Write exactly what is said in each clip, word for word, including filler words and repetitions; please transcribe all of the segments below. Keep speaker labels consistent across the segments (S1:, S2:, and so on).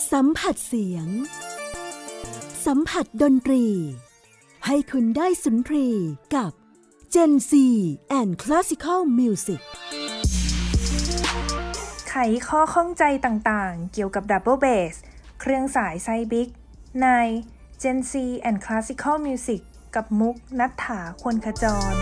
S1: สัมผัสเสียงสัมผัสดนตรีให้คุณได้สุนทรีกับ Gen Z and Classical Music
S2: ไขข้อข้องใจต่างๆเกี่ยวกับ Double Bass เครื่องสายไซบิ๊กใน Gen Z and Classical Music กับมุกณัฐฐา ควรขจร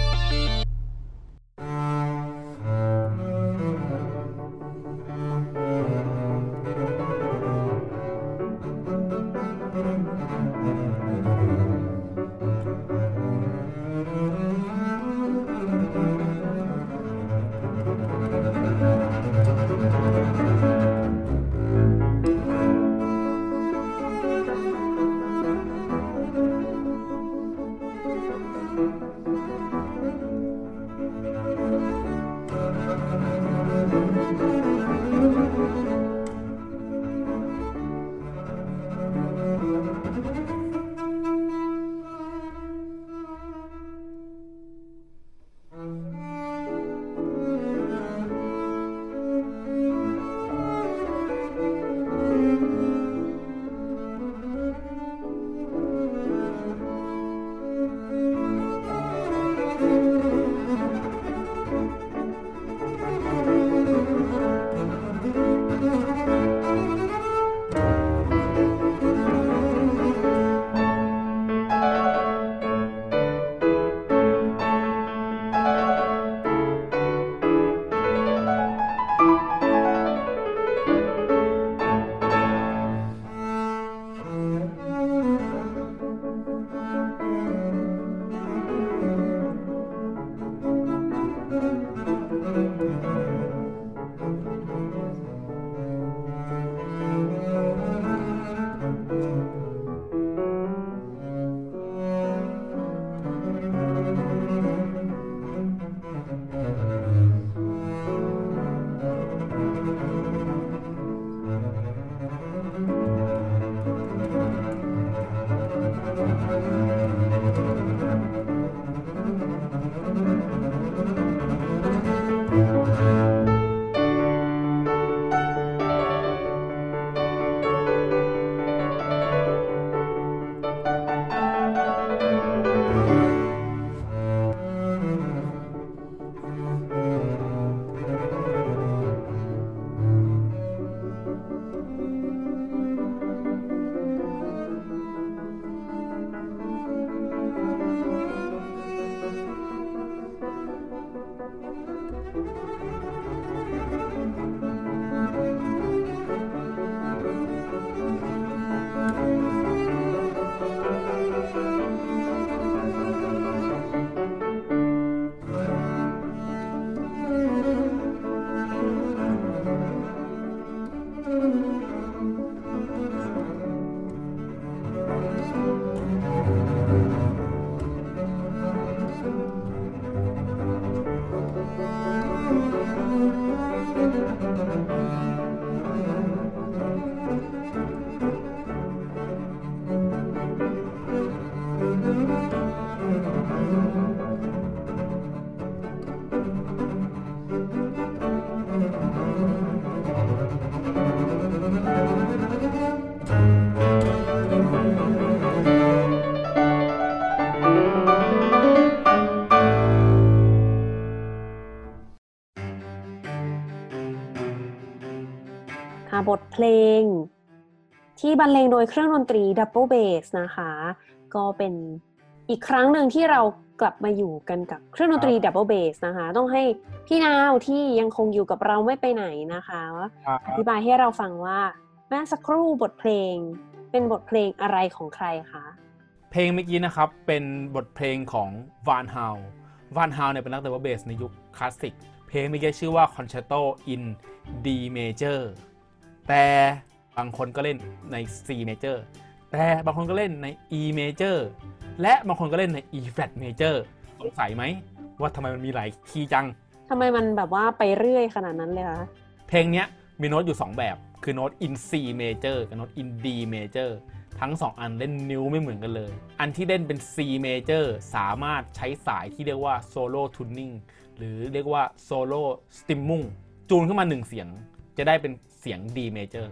S3: บทเพลงที่บรรเลงโดยเครื่องดนตรี Double Bass นะคะก็เป็นอีกครั้งหนึ่งที่เรากลับมาอยู่กันกับเครื่องดนตรี Double Bass นะคะต้องให้พี่นาวที่ยังคงอยู่กับเราไม่ไปไหนนะคะอธิบายให้เราฟังว่าเมื่อสักครู่บทเพลงเป็นบทเพลงอะไรของใครคะ
S4: เพลงเมื่อกี้นะครับเป็นบทเพลงของวานฮาววานฮาวเนี่ยเป็นนัก Double Bass ในยุคคลาสสิกเพลงเมื่อกี้ชื่อว่า Concerto in D Majorแต่บางคนก็เล่นใน C Major แต่บางคนก็เล่นใน E Major และบางคนก็เล่นใน E Flat Major สงสัยไหมว่าทำไมมันมีหลายคีย์จัง
S3: ทำไมมันแบบว่าไปเรื่อยขนาดนั้นเลยคะ
S4: เพลงนี้มีโน้ตอยู่สองแบบคือโน้ต in C Major กับโน้ต in D Major ทั้งสองอันเล่นนิ้วไม่เหมือนกันเลยอันที่เล่นเป็น C Major สามารถใช้สายที่เรียกว่า Solo Tuning หรือเรียกว่า Solo Stimmung จูนขึ้นมาหนึ่งเสียงจะได้เป็นเสียง D Major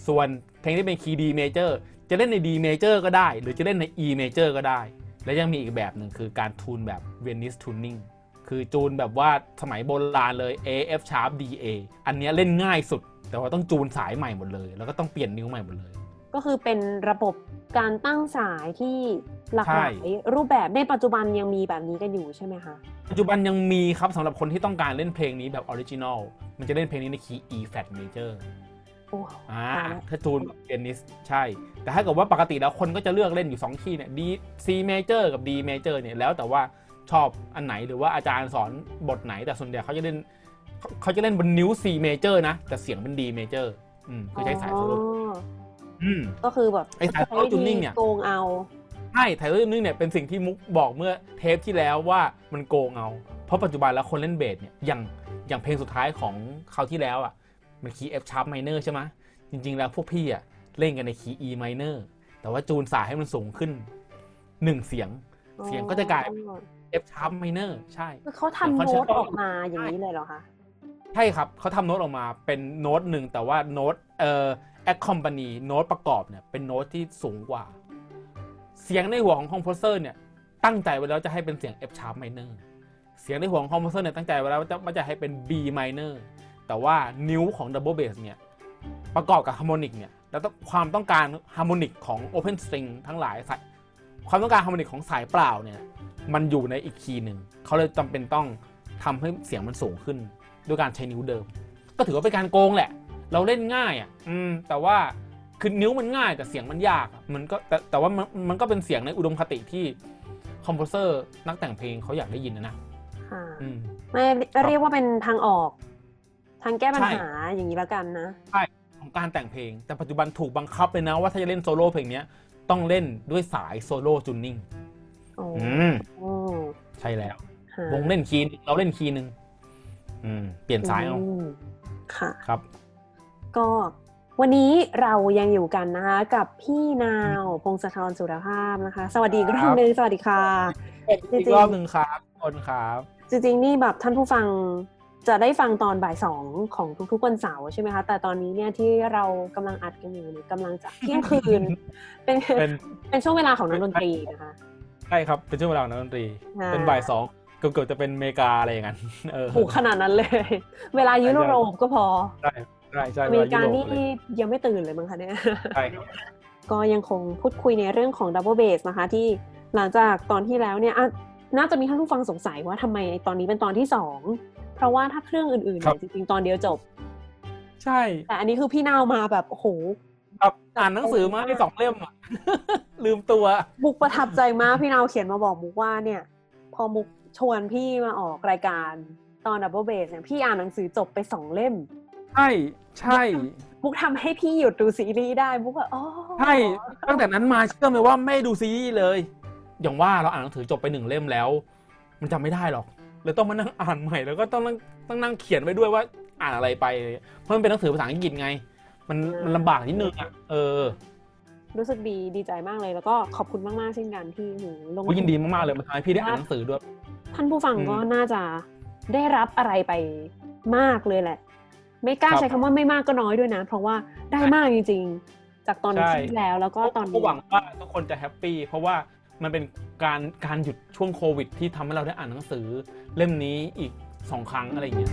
S4: ส่วนเพลงที่เป็นคีย์ D major จะเล่นใน D major ก็ได้หรือจะเล่นใน E major ก็ได้และยังมีอีกแบบหนึ่งคือการทูนแบบ Venice tuning คือจูนแบบว่าสมัยโบราณเลย A F sharp D A อันนี้เล่นง่ายสุดแต่ว่าต้องจูนสายใหม่หมดเลยแล้วก็ต้องเปลี่ยนนิ้วใหม่หมดเลย
S3: ก็คือเป็นระบบการตั้งสายที่หลากหลายรูปแบบในปัจจุบันยังมีแบบนี้กันอยู่ใช่ไหมคะ
S4: ปัจจุบันยังมีครับสำหรับคนที่ต้องการเล่นเพลงนี้แบบออริจินอลมันจะเล่นเพลงนี้ในคีย์ E flat major อ่าถ้าจูนแบบเปียนิสใช่แต่ถ้าเกิดว่าปกติแล้วคนก็จะเลือกเล่นอยู่สองคีย์เนี่ย D C major กับ D major เนี่ยแล้วแต่ว่าชอบอันไหนหรือว่าอาจารย์สอนบทไหนแต่ส่วนใหญ่เขาจะเล่นเขาจะเล่นบนนิ้ว C major นะแต่เสียงเป็น D major อืมคือใช้สายโซโล่อืม
S3: ก็คือแบบ
S4: ไอ้สายโซโล่จูนนิ่งเนี่ย
S3: โกงเอา
S4: ใช่สายโซโล่จูนนิ่งเนี่ยเป็นสิ่งที่มุกบอกเมื่อเทปที่แล้วว่ามันโกงเอาเพราะปัจจุบันแล้วคนเล่นเบสเนี่ยอย่างอย่างเพลงสุดท้ายของคราวที่แล้วอ่ะมันคีย์ F sharp minor ใช่ไหมจริงๆแล้วพวกพี่อ่ะเล่นกันในคีย์ E minor แต่ว่าจูนสายให้มันสูงขึ้นหนึ่งเสียงเสียงก็จะกลาย F sharp minor ใช่
S3: เขาทำโน้ตออกมาอย่างนี้เลยเหรอคะ
S4: ใช่ครับเขาทำโน้ตออกมาเป็นโน้ตหนึ่งแต่ว่าโน้ตเอ่อ accompany โน้ตประกอบเนี่ยเป็นโน้ตที่สูงกว่าเสียงในหัวของคอมโพเซอร์เนี่ยตั้งใจไว้แล้วจะให้เป็นเสียง F sharp minor เสียงในหัวของคอมโพเซอร์เนี่ยตั้งใจไว้แล้วว่าจะว่าจะให้เป็น B minor แต่ว่านิ้วของ double bass เนี่ยประกอบกับฮาร์โมนิกเนี่ยแล้วความต้องการฮาร์โมนิกของ open string ทั้งหลายความต้องการฮาร์โมนิกของสายเปล่าเนี่ยมันอยู่ในอีกคีย์หนึ่งเขาเลยจำเป็นต้องทำให้เสียงมันสูงขึ้นด้วยการใช้นิ้วเดิมก็ถือว่าเป็นการโกงแหละเราเล่นง่ายอ่ะอืมแต่ว่าคือนิ้วมันง่ายแต่เสียงมันยากมันก็แต่แต่ว่ามันมันก็เป็นเสียงในอุดมคติที่คอมโพเซอร์นักแต่งเพลงเขาอยากได้ยินนะนะ
S3: ค่ะไม่เรียกว่าเป็นทางออกทางแก้ปัญหาอย่างนี้แล้วกันนะ
S4: ใช่ของการแต่งเพลงแต่ปัจจุบันถูกบังคับเลยนะว่าถ้าจะเล่นโซโล่เพลงนี้ต้องเล่นด้วยสายโซโล่จูนนิ่งอืมใช่แล้ววงเล่นคีย์เราเล่นคีย์นึงอืมเปลี่ยนสายเอา
S3: ค่ะ
S4: ครับ
S3: ก็วันนี้เรายังอยู่กันนะคะกับพี่นาวพงศธรสุรภาพนะคะสวัสดีอีกรอบนึงสวัสดีค่ะ
S4: อีกรอบนึงครับคนครับ
S3: จริงๆนี่แบบท่านผู้ฟังจะได้ฟังตอนบ่ายสองของทุกๆวันเสาร์ใช่ไหมคะแต่ตอนนี้เนี่ยที่เรากำลังอัดกันอยู่กำลังจะเที่ยงคืนเป็นเป็นช่วงเวลาของนักดนตรีนะคะ
S4: ใช่ครับเป็นช่วงเวลาของนักดนตรีเป็นบ่ายสองเกือบๆจะเป็นอเมริกาอะไรอย่างนั้น
S3: ถูกขนาดนั้นเลยเวลายุโรปก็พอ
S4: ใช่ใช่ใช่
S3: อเมริกานี่ยังไม่ตื่นเลยมั้งคะเนี่ย
S4: ใช่ครับ
S3: ก็ยังคงพูดคุยในเรื่องของ Double Bass นะคะที่หลังจากตอนที่แล้วเนี่ยน่าจะมีท่านผู้ฟังสงสัยว่าทำไมตอนนี้เป็นตอนที่สองเพราะว่าถ้าเครื่องอื่นๆเนี่ยจริงๆตอนเดียวจบ
S4: ใช่
S3: แต่อันนี้คือพี่นาวมาแบบโอ้โห
S4: แบบอ่านหนังสือมาให้สองเล่มอ่ะลืมตัว
S3: มุกประทับใจมากพี่นาวเขียนมาบอกมุกว่าเนี่ยพอมุกชวนพี่มาออกรายการตอน Double Bass เนี่ยพี่อ่านหนังสือจบไปสองเล่ม
S4: ใช่ใช่
S3: มุกทำให้พี่หยุดดูซีรีส์ได้มุกว่าอ๋อ
S4: ใช่ตั้งแต่นั้นมาเชื่อเลยว่าไม่ดูซีรีส์เลยอย่างว่าเราอ่านหนังสือจบไปหนึ่งเล่มแล้วมันจำไม่ได้หรอกเลยต้องมานั่งอ่านใหม่แล้วก็ต้องนั่งต้องนั่งเขียนไว้ด้วยว่าอ่านอะไรไปเพราะมันเป็นหนังสือภาษาอังกฤษไงมันมันลำบากนิดนึงอ่ะเออ
S3: รู้สึกดีดีใจมากเลยแล้วก็ขอบคุณมากๆเช่นกันที่หนูลง
S4: ยินดีมากๆเลยมันทำให้พี่ได้อ่านหนังสือด้วย
S3: ท่านผู้ฟังก็น่าจะได้รับอะไรไปมากเลยแหละไม่กล้าใช้คำว่าไม่มากก็น้อยด้วยนะเพราะว่าได้มากจริงๆจากตอนที่แล้วแล้วก็ตอนนี้
S4: ก็หวังว่าทุกคนจะแฮปปี้เพราะว่ามันเป็นการการหยุดช่วงโควิดที่ทำให้เราได้อ่านหนังสือเล่มนี้อีกสองครั้งอะไรอย่างเงี้ย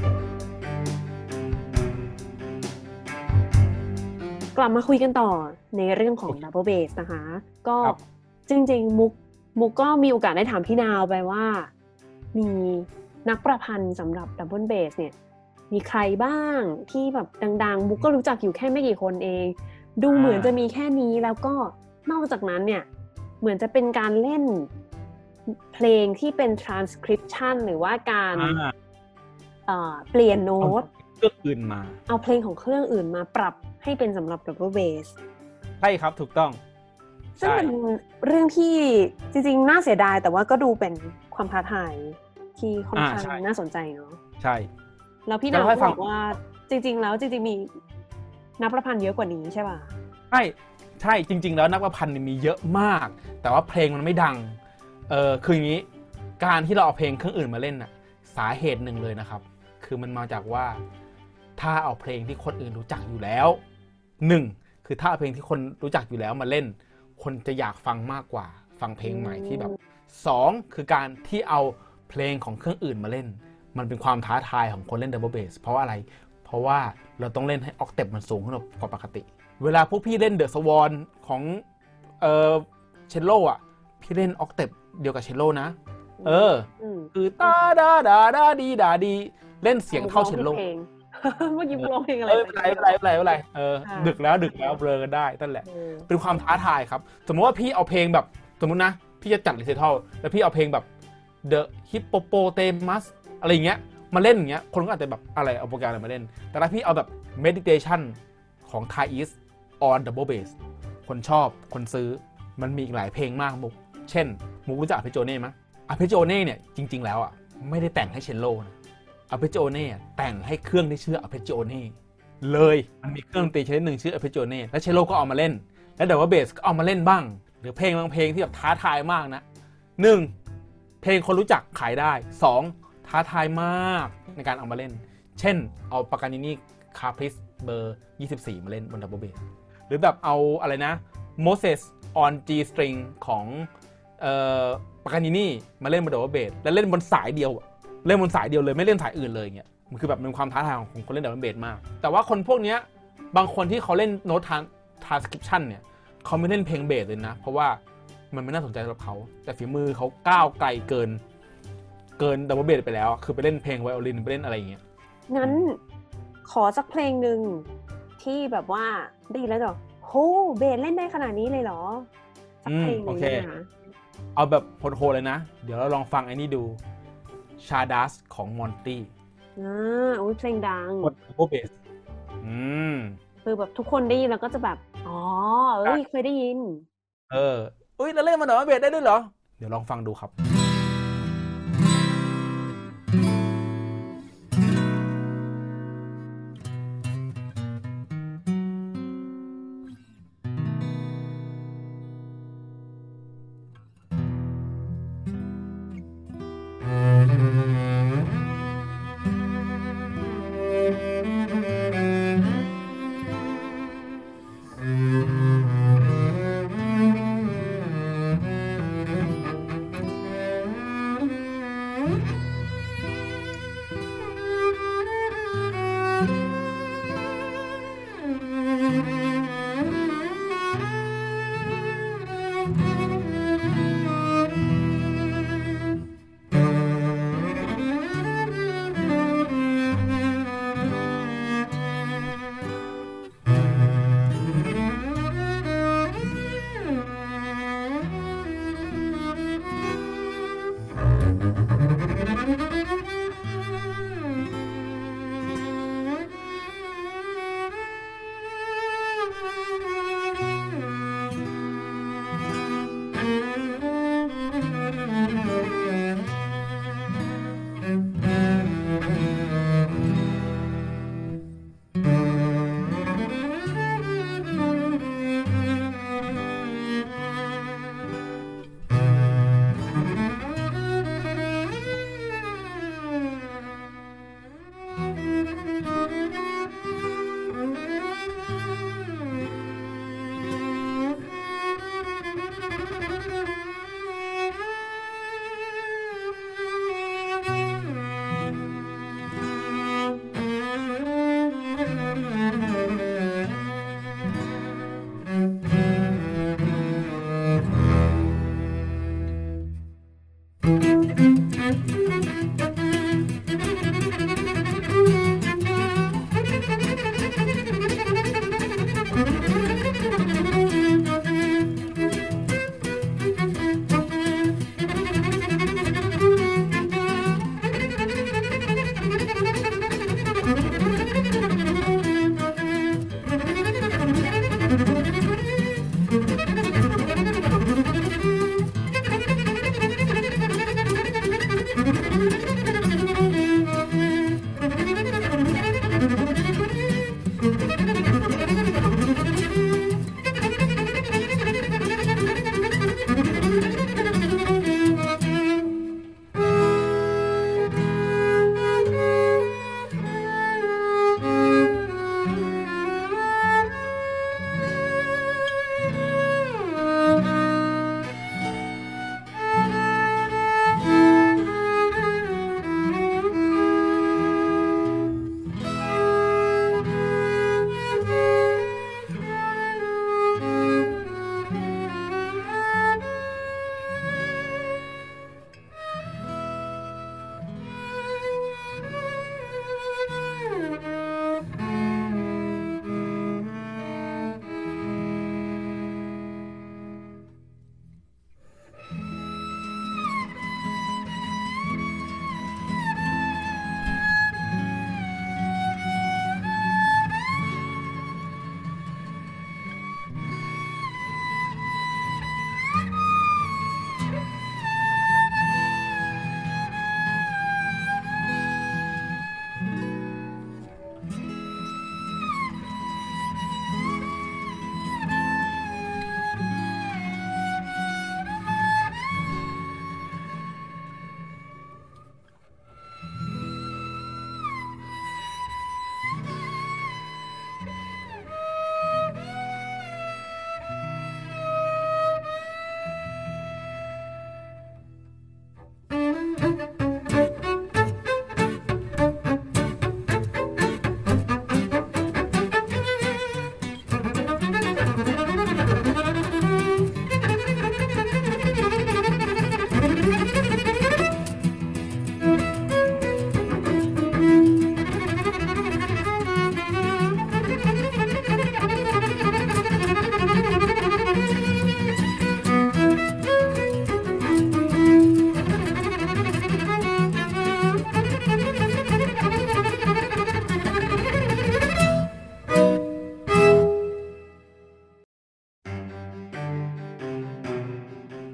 S3: กลับมาคุยกันต่อในเรื่องของ Double Bass นะคะก็จริงๆมุกมุกก็มีโอกาสได้ถามพี่นาวไปว่ามีนักประพันธ์สำหรับ Double Bass เนี่ยมีใครบ้างที่แบบดังๆมุกก็รู้จักอยู่แค่ไม่กี่คนเองดูเหมือนจะมีแค่นี้แล้วก็นอกจากนั้นเนี่ยเหมือนจะเป็นการเล่นเพลงที่เป็น transcription หรือว่าการเปลี่ยนโน้ต
S4: เครื่องอื่นมา
S3: เอาเพลงของเครื่องอื่นมาปรับให้เป็นสำหรับ Double Bass
S4: ใช่ครับถูกต้อง
S3: ซึ่งเป็นเรื่องที่จริงๆน่าเสียดายแต่ว่าก็ดูเป็นความท้าทายที่ค่อนข้างน่าสนใจเนาะ
S4: ใช่
S3: แล้วพี่นาวบอกว่าจริงๆแล้วจริงๆมีนักประพันธ์เยอะกว่านี้ใช่ป่ะ
S4: ใช่ใช่จริงๆแล้วนักประพันธ์มีเยอะมากแต่ว่าเพลงมันไม่ดังเออคืออย่างนี้การที่เราเอาเพลงเครื่องอื่นมาเล่นน่ะสาเหตุหนึ่งเลยนะครับคือมันมาจากว่าถ้าเอาเพลงที่คนอื่นรู้จักอยู่แล้วหนึ่งคือคือถ้าเอาเพลงที่คนรู้จักอยู่แล้วมาเล่นคนจะอยากฟังมากกว่าฟังเพลงใหม่ที่แบบสองคือการที่เอาเพลงของเครื่องอื่นมาเล่นมันเป็นความท้าทายของคนเล่นดับเบิลเบสเพราะว่าอะไรเพราะว่าเราต้องเล่นให้ออกเต็ปมันสูงขึ้นกว่าปกติเวลาพวกพี่เล่นเดอะสวอนของเออเชลโลอ่ะพี่เล่นออกเต็ปเดียวกับเชลโลนะเออคือตาดาดาดาดีดาดีเล่นเสียงเท่าเชลโล
S3: เมื่อกี้ร้องเพลงอะไร
S4: เอออะไรอะไรอะไรอะไรเออดึกแล้วดึกแล้วเบลอกันได้นั่นแหละเป็นความท้าทายครับสมมติว่าพี่เอาเพลงแบบสมมุตินะพี่จะจัดรีไซทัลแล้วพี่เอาเพลงแบบ The Hippopotamus อะไรอย่างเงี้ยมาเล่นอย่างเงี้ยคนก็อาจจะแบบอะไรเอาโปรแกรมอะไรมาเล่นแต่ถ้าพี่เอาแบบ Meditation ของ Thai East on Double Bass คนชอบคนซื้อมันมีอีกหลายเพลงมากมุกเช่นมุกรู้จักอาเพโจเน่ไหมอาเพโจเน่เนี่ยจริงๆแล้วอ่ะไม่ได้แต่งให้เชลโลนะอาเพโจเน่แต่งให้เครื่องที่ชื่ออาเพโจเน่เลยมันมีเครื่องดนตรีชนิดหนึ่งชื่ออาเพโจเน่แล้วเชลโลก็เอามาเล่นแล้วดับเบิลเบสก็เอามาเล่นบ้างหรือเพลงบางเพลงที่แบบท้าทายมากนะหนึ่งเพลงคนรู้จักขายได้สองท้าทายมากในการเอามาเล่นเช่นเอาปากานินี่คาพริสเบอร์ยี่สิบสี่มาเล่นบนดับเบิลเบสหรือแบบเอาอะไรนะ Moses on G string ของเอ่อปากานินี่มาเล่นบนดับเบิลเบสแล้วเล่นบนสายเดียวเล่นบนสายเดียวเลยไม่เล่นสายอื่นเลยเงี้ยมันคือแบบเป็นความท้าทายของคนเล่นดับเบิลเบสมากแต่ว่าคนพวกนี้บางคนที่เขาเล่นโน้ตทรานสคริปชันเนี่ยเขาไม่เล่นเพลงเบสเลยนะเพราะว่ามันไม่น่าสนใจสำหรับเขาแต่ฝีมือเขาก้าวไกลเกินเกินดับเบิลเบสไปแล้วคือไปเล่นเพลงไวโอลินไปเล่นอะไรอย่างเงี้ย
S3: งั้นขอสักเพลงหนึ่งที่แบบว่าได้ยินแล้วจะโหเบสเล่นได้ขนาดนี้เลยเหรอสักเพลงหนึ่งนะ
S4: เอาแบบโหดๆเลยนะเดี๋ยวเราลองฟังไอ้นี่ดูชาดัสของมอนตี้
S3: อ่าอุ้ยเพลงดัง
S4: บนดับเบิลเบสอืม
S3: คือแบบทุกคนได้ยินแล้วก็จะแบบอ๋อเอ้ยเคยได้ยิน
S4: เอออุ้ยเราเล่นมันดับเบิลเบสได้ด้วยเหรอเดี๋ยวลองฟังดูครับ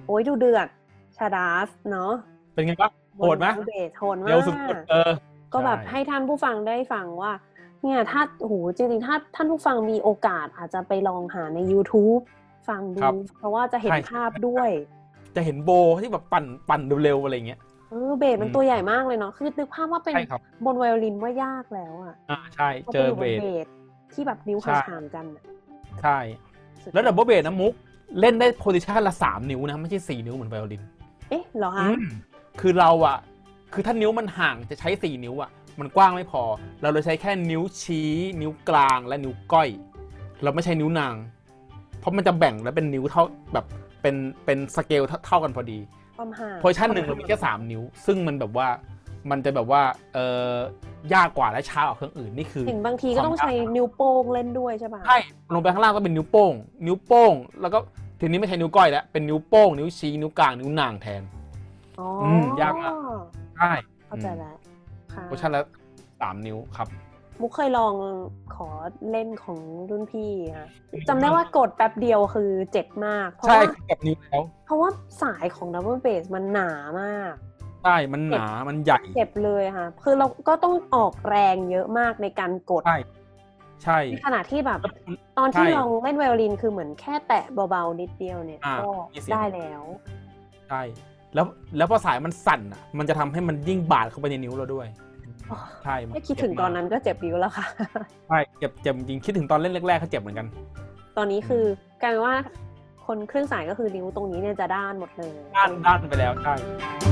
S3: โอ้ยดูเดือดชาดาสเนาะ
S4: เป็นไงบ้างโหดไหม
S3: Double Bass โหดมาก
S4: เร็วสุดๆเออ
S3: ก็แบบให้ท่านผู้ฟังได้ฟังว่าเนี่ยถ้าโอ้โหจริงๆถ้าท่านผู้ฟังมีโอกาสอาจจะไปลองหาใน YouTube ฟังดูเพราะว่าจะเห็นภาพด้วย
S4: จะเห็นโบที่แบบปั่นปั่นเร็วๆอะไรเงี้ย
S3: เออเบสมันตัวใหญ่มากเลยเนาะคือนึกภาพว่าเป็นบนไวโอลินว่ายากแล้วอ่ะ
S4: อ่าใช่เจอเบส
S3: ที่แบบนิ้วห่างๆกัน
S4: ใช่แล้วดับเบิลเบสนะมุกเล่นได้โพซิชันละสามนิ้วนะไม่ใช่สี่นิ้วเหมือนไวโอลิน
S3: เอ๊ะเหรอคะ
S4: คือเราอ่ะคือถ้านิ้วมันห่างจะใช้สี่นิ้วอ่ะมันกว้างไม่พอเราเลยใช้แค่นิ้วชี้นิ้วกลางและนิ้วก้อยเราไม่ใช้นิ้วนางเพราะมันจะแบ่งแล้วเป็นนิ้วเท่าแบบเป็นเป็นสเกลเท่ากันพอดี
S3: ความห่าง
S4: โพซิชันหนึ่งเรามีแค่สามนิ้วซึ่งมันแบบว่ามันจะแบบว่าเอ่อยากกว่าและช้ากว่าเครื่องอื่นนี่คือ
S3: ถึงบางทีก็ต้องใช้นิ้วโป้งเล่นด้วยใช่ป่ะ
S4: ใช่ลงไปข้างล่างก็เป็นนิ้วโป้งนิ้วโป้งแล้วก็ทีนี้ไม่ใช่นิ้วก้อยแล้วเป็นนิ้วโป้งนิ้วชี้นิ้วกลางนิ้วนางแทน
S3: อ๋อ
S4: อืมยากมากใช่
S3: เข้าใจแล้ว
S4: ค่ะโพซิชันละสามนิ้วครับ
S3: มุกเคยลองขอเล่นของรุ่นพี่ค่ะจำได้ว่ากดแป๊บเดียวคือเจ็บมาก
S4: ใช่เจ็บนิ้วแล้ว
S3: เพราะว่าสายของ Double Bass มันหนามาก
S4: ใช่มันหนามันใหญ่
S3: เจ็บเลยค่ะคือเราก็ต้องออกแรงเยอะมากในการกด
S4: ใช่ใช่
S3: ในขณะที่แบบตอนที่ลองเล่นไวโอลินคือเหมือนแค่แตะเบาๆนิดเดียวเนี่ยก็ได้แล้ว
S4: ใช่แล้วแล้วพอสายมันสั่นอ่ะมันจะทำให้มันยิ่งบาดเข้าไปในนิ้วเราด้วยใช่
S3: ไม่คิดถึงตอนนั้นก็เจ็บนิ้วแล้วค่ะ
S4: ใช่เจ็บเจ็บจริงคิดถึงตอนเล่นแรกๆก็เจ็บเหมือนกัน
S3: ตอนนี้คือกลายเป็นว่าคนเครื่องสายก็คือนิ้วตรงนี้เนี่ยจะด้านหมดเลย
S4: ด้านด้านไปแล้วใช่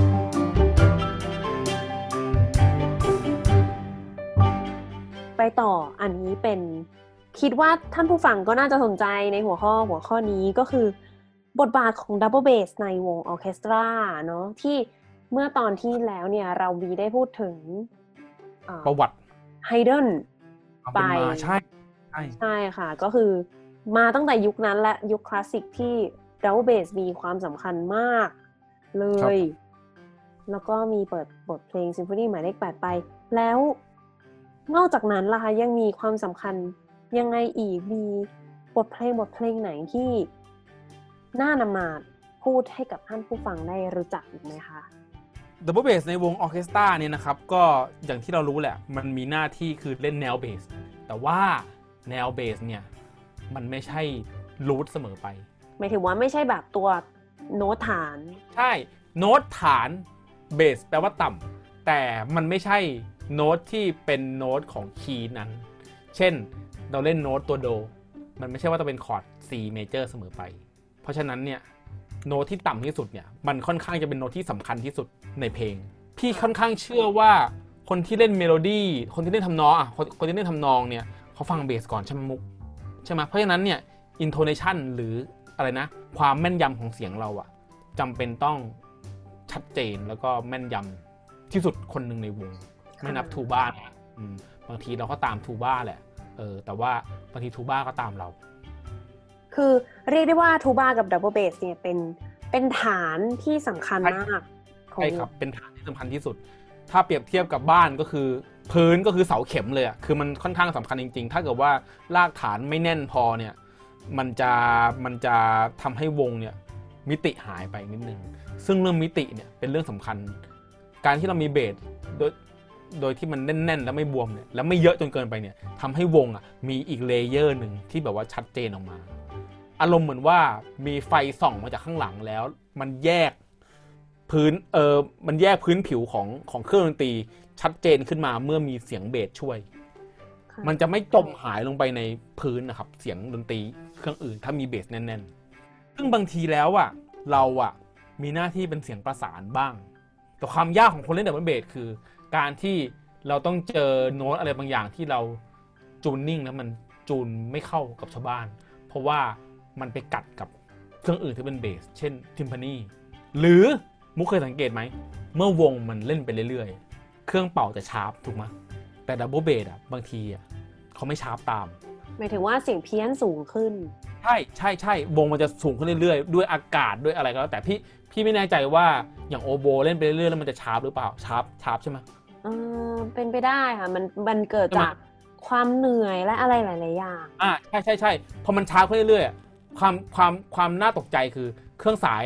S3: ไปต่ออันนี้เป็นคิดว่าท่านผู้ฟังก็น่าจะสนใจในหัวข้อหัวข้อนี้ก็คือบทบาทของ Double Bass ในวงออร์เคสตราเนาะที่เมื่อตอนที่แล้วเนี่ยเรามีได้พูดถึง
S4: ประวัติ
S3: ไฮเดนไป
S4: ใช่ใช่
S3: ใช่ค่ะก็คือมาตั้งแต่ยุคนั้นและยุคคลาสสิกที่ Double Bass มีความสำคัญมากเลยแล้วก็มีเปิดบทเพลงซิมโฟนีหมายเลขแปดไปแล้วนอกจากนั้นล่ะคะยังมีความสำคัญยังไงอีกมีบทเพลงบทเพลงไหนที่น่านำมาพูดให้กับท่านผู้ฟังได้รู้จักอีกไหมคะ
S4: Double Bass ในวงออร์เคสตราเนี่ยนะครับก็อย่างที่เรารู้แหละมันมีหน้าที่คือเล่นแนวเบสแต่ว่าแนวเบสเนี่ยมันไม่ใช่รูทเสมอไป
S3: หมายถึงว่าไม่ใช่แบบตัวโน้ตฐาน
S4: ใช่โน้ตฐานเบสแปลว่าต่ำแต่มันไม่ใช่โน้ตที่เป็นโน้ตของคีย์นั้นเช่นเราเล่นโน้ตตัวโดมันไม่ใช่ว่าจะเป็นคอร์ด C major เสมอไปเพราะฉะนั้นเนี่ยโน้ตที่ต่ำที่สุดเนี่ยมันค่อนข้างจะเป็นโน้ตที่สำคัญที่สุดในเพลงพี่ค่อนข้างเชื่อว่าคนที่เล่นเมโลดี้คนที่เล่นทำนองอ่ะคนที่เล่นทำนองเนี่ยเขาฟังเบสก่อนใช่ไหมมุกใช่ไหมเพราะฉะนั้นเนี่ยอินโทเนชันหรืออะไรนะความแม่นยำของเสียงเราอ่ะจำเป็นต้องชัดเจนแล้วก็แม่นยำที่สุดคนหนึ่งในวงไม่นับทูบ้านะบางทีเราก็ตามทูบ้าแหละเออแต่ว่าบางทีทูบ้าก็ตามเรา
S3: คือเรียกได้ว่าทูบ้ากับดับเบิลเบสเนี่ยเป็นเป็นฐานที่สำคัญมาก
S4: ใช่ครับเป็นฐานที่สำคัญที่สุดถ้าเปรียบเทียบกับบ้านก็คือพื้นก็คือเสาเข็มเลยอ่ะคือมันค่อนข้างสำคัญจริงๆถ้าเกิดว่ารากฐานไม่แน่นพอเนี่ยมันจะมันจะทำให้วงเนี่ยมิติหายไปนิดนึงซึ่งเรื่องมิติเนี่ยเป็นเรื่องสำคัญการที่เรามีเบสโดยโดยที่มันแน่นๆแล้วไม่บวมเนี่ยแล้วไม่เยอะจนเกินไปเนี่ยทำให้วงอ่ะมีอีกเลเยอร์หนึ่งที่แบบว่าชัดเจนออกมาอารมณ์เหมือนว่ามีไฟส่องมาจากข้างหลังแล้วมันแยกพื้นเออมันแยกพื้นผิวของของเครื่องดนตรีชัดเจนขึ้นมาเมื่อมีเสียงเบสช่วยมันจะไม่จมหายลงไปในพื้นนะครับเสียงดนตรีเครื่องอื่นถ้ามีเบสแน่นๆซึ่งบางทีแล้วอ่ะเราอ่ะมีหน้าที่เป็นเสียงประสานบ้างแต่ความยากของคนเล่นดับเบิลเบสคือการที่เราต้องเจอโน้ตอะไรบางอย่างที่เราจูนนิ่งแล้วมันจูนไม่เข้ากับชาวบ้านเพราะว่ามันไปกัดกับเครื่องอื่นที่เป็นเบสเช่นทิมพานีหรือมุกเคยสังเกตไหมเมื่อวงมันเล่นไปเรื่อยๆเครื่องเป่าจะชาร์ปถูกไหมแต่ดับเบิลเบสอ่ะบางทีอ่ะเขาไม่ชาร์ปตาม
S3: หมายถึงว่าเสียงเพี้ยนสูงขึ้น
S4: ใช่ใช่ใช่วงมันจะสูงขึ้นเรื่อยๆด้วยอากาศด้วยอะไรก็แล้วแต่พี่พี่ไม่แน่ใจว่าอย่างโอโบเล่นไปเรื่อยๆแล้วมันจะชาร์ปหรือเปล่าชาร์ปชาร์ปใช่ไหม
S3: เออเป็นไปได้ค่ะมันมันเกิดจากความเหนื่อยและอะไรหลายๆอย่าง
S4: อ่าใช่ใช่ใช่พอมันชาร์ปขึ้นเรื่อยๆความความความน่าตกใจคือเครื่องสายอ่ะ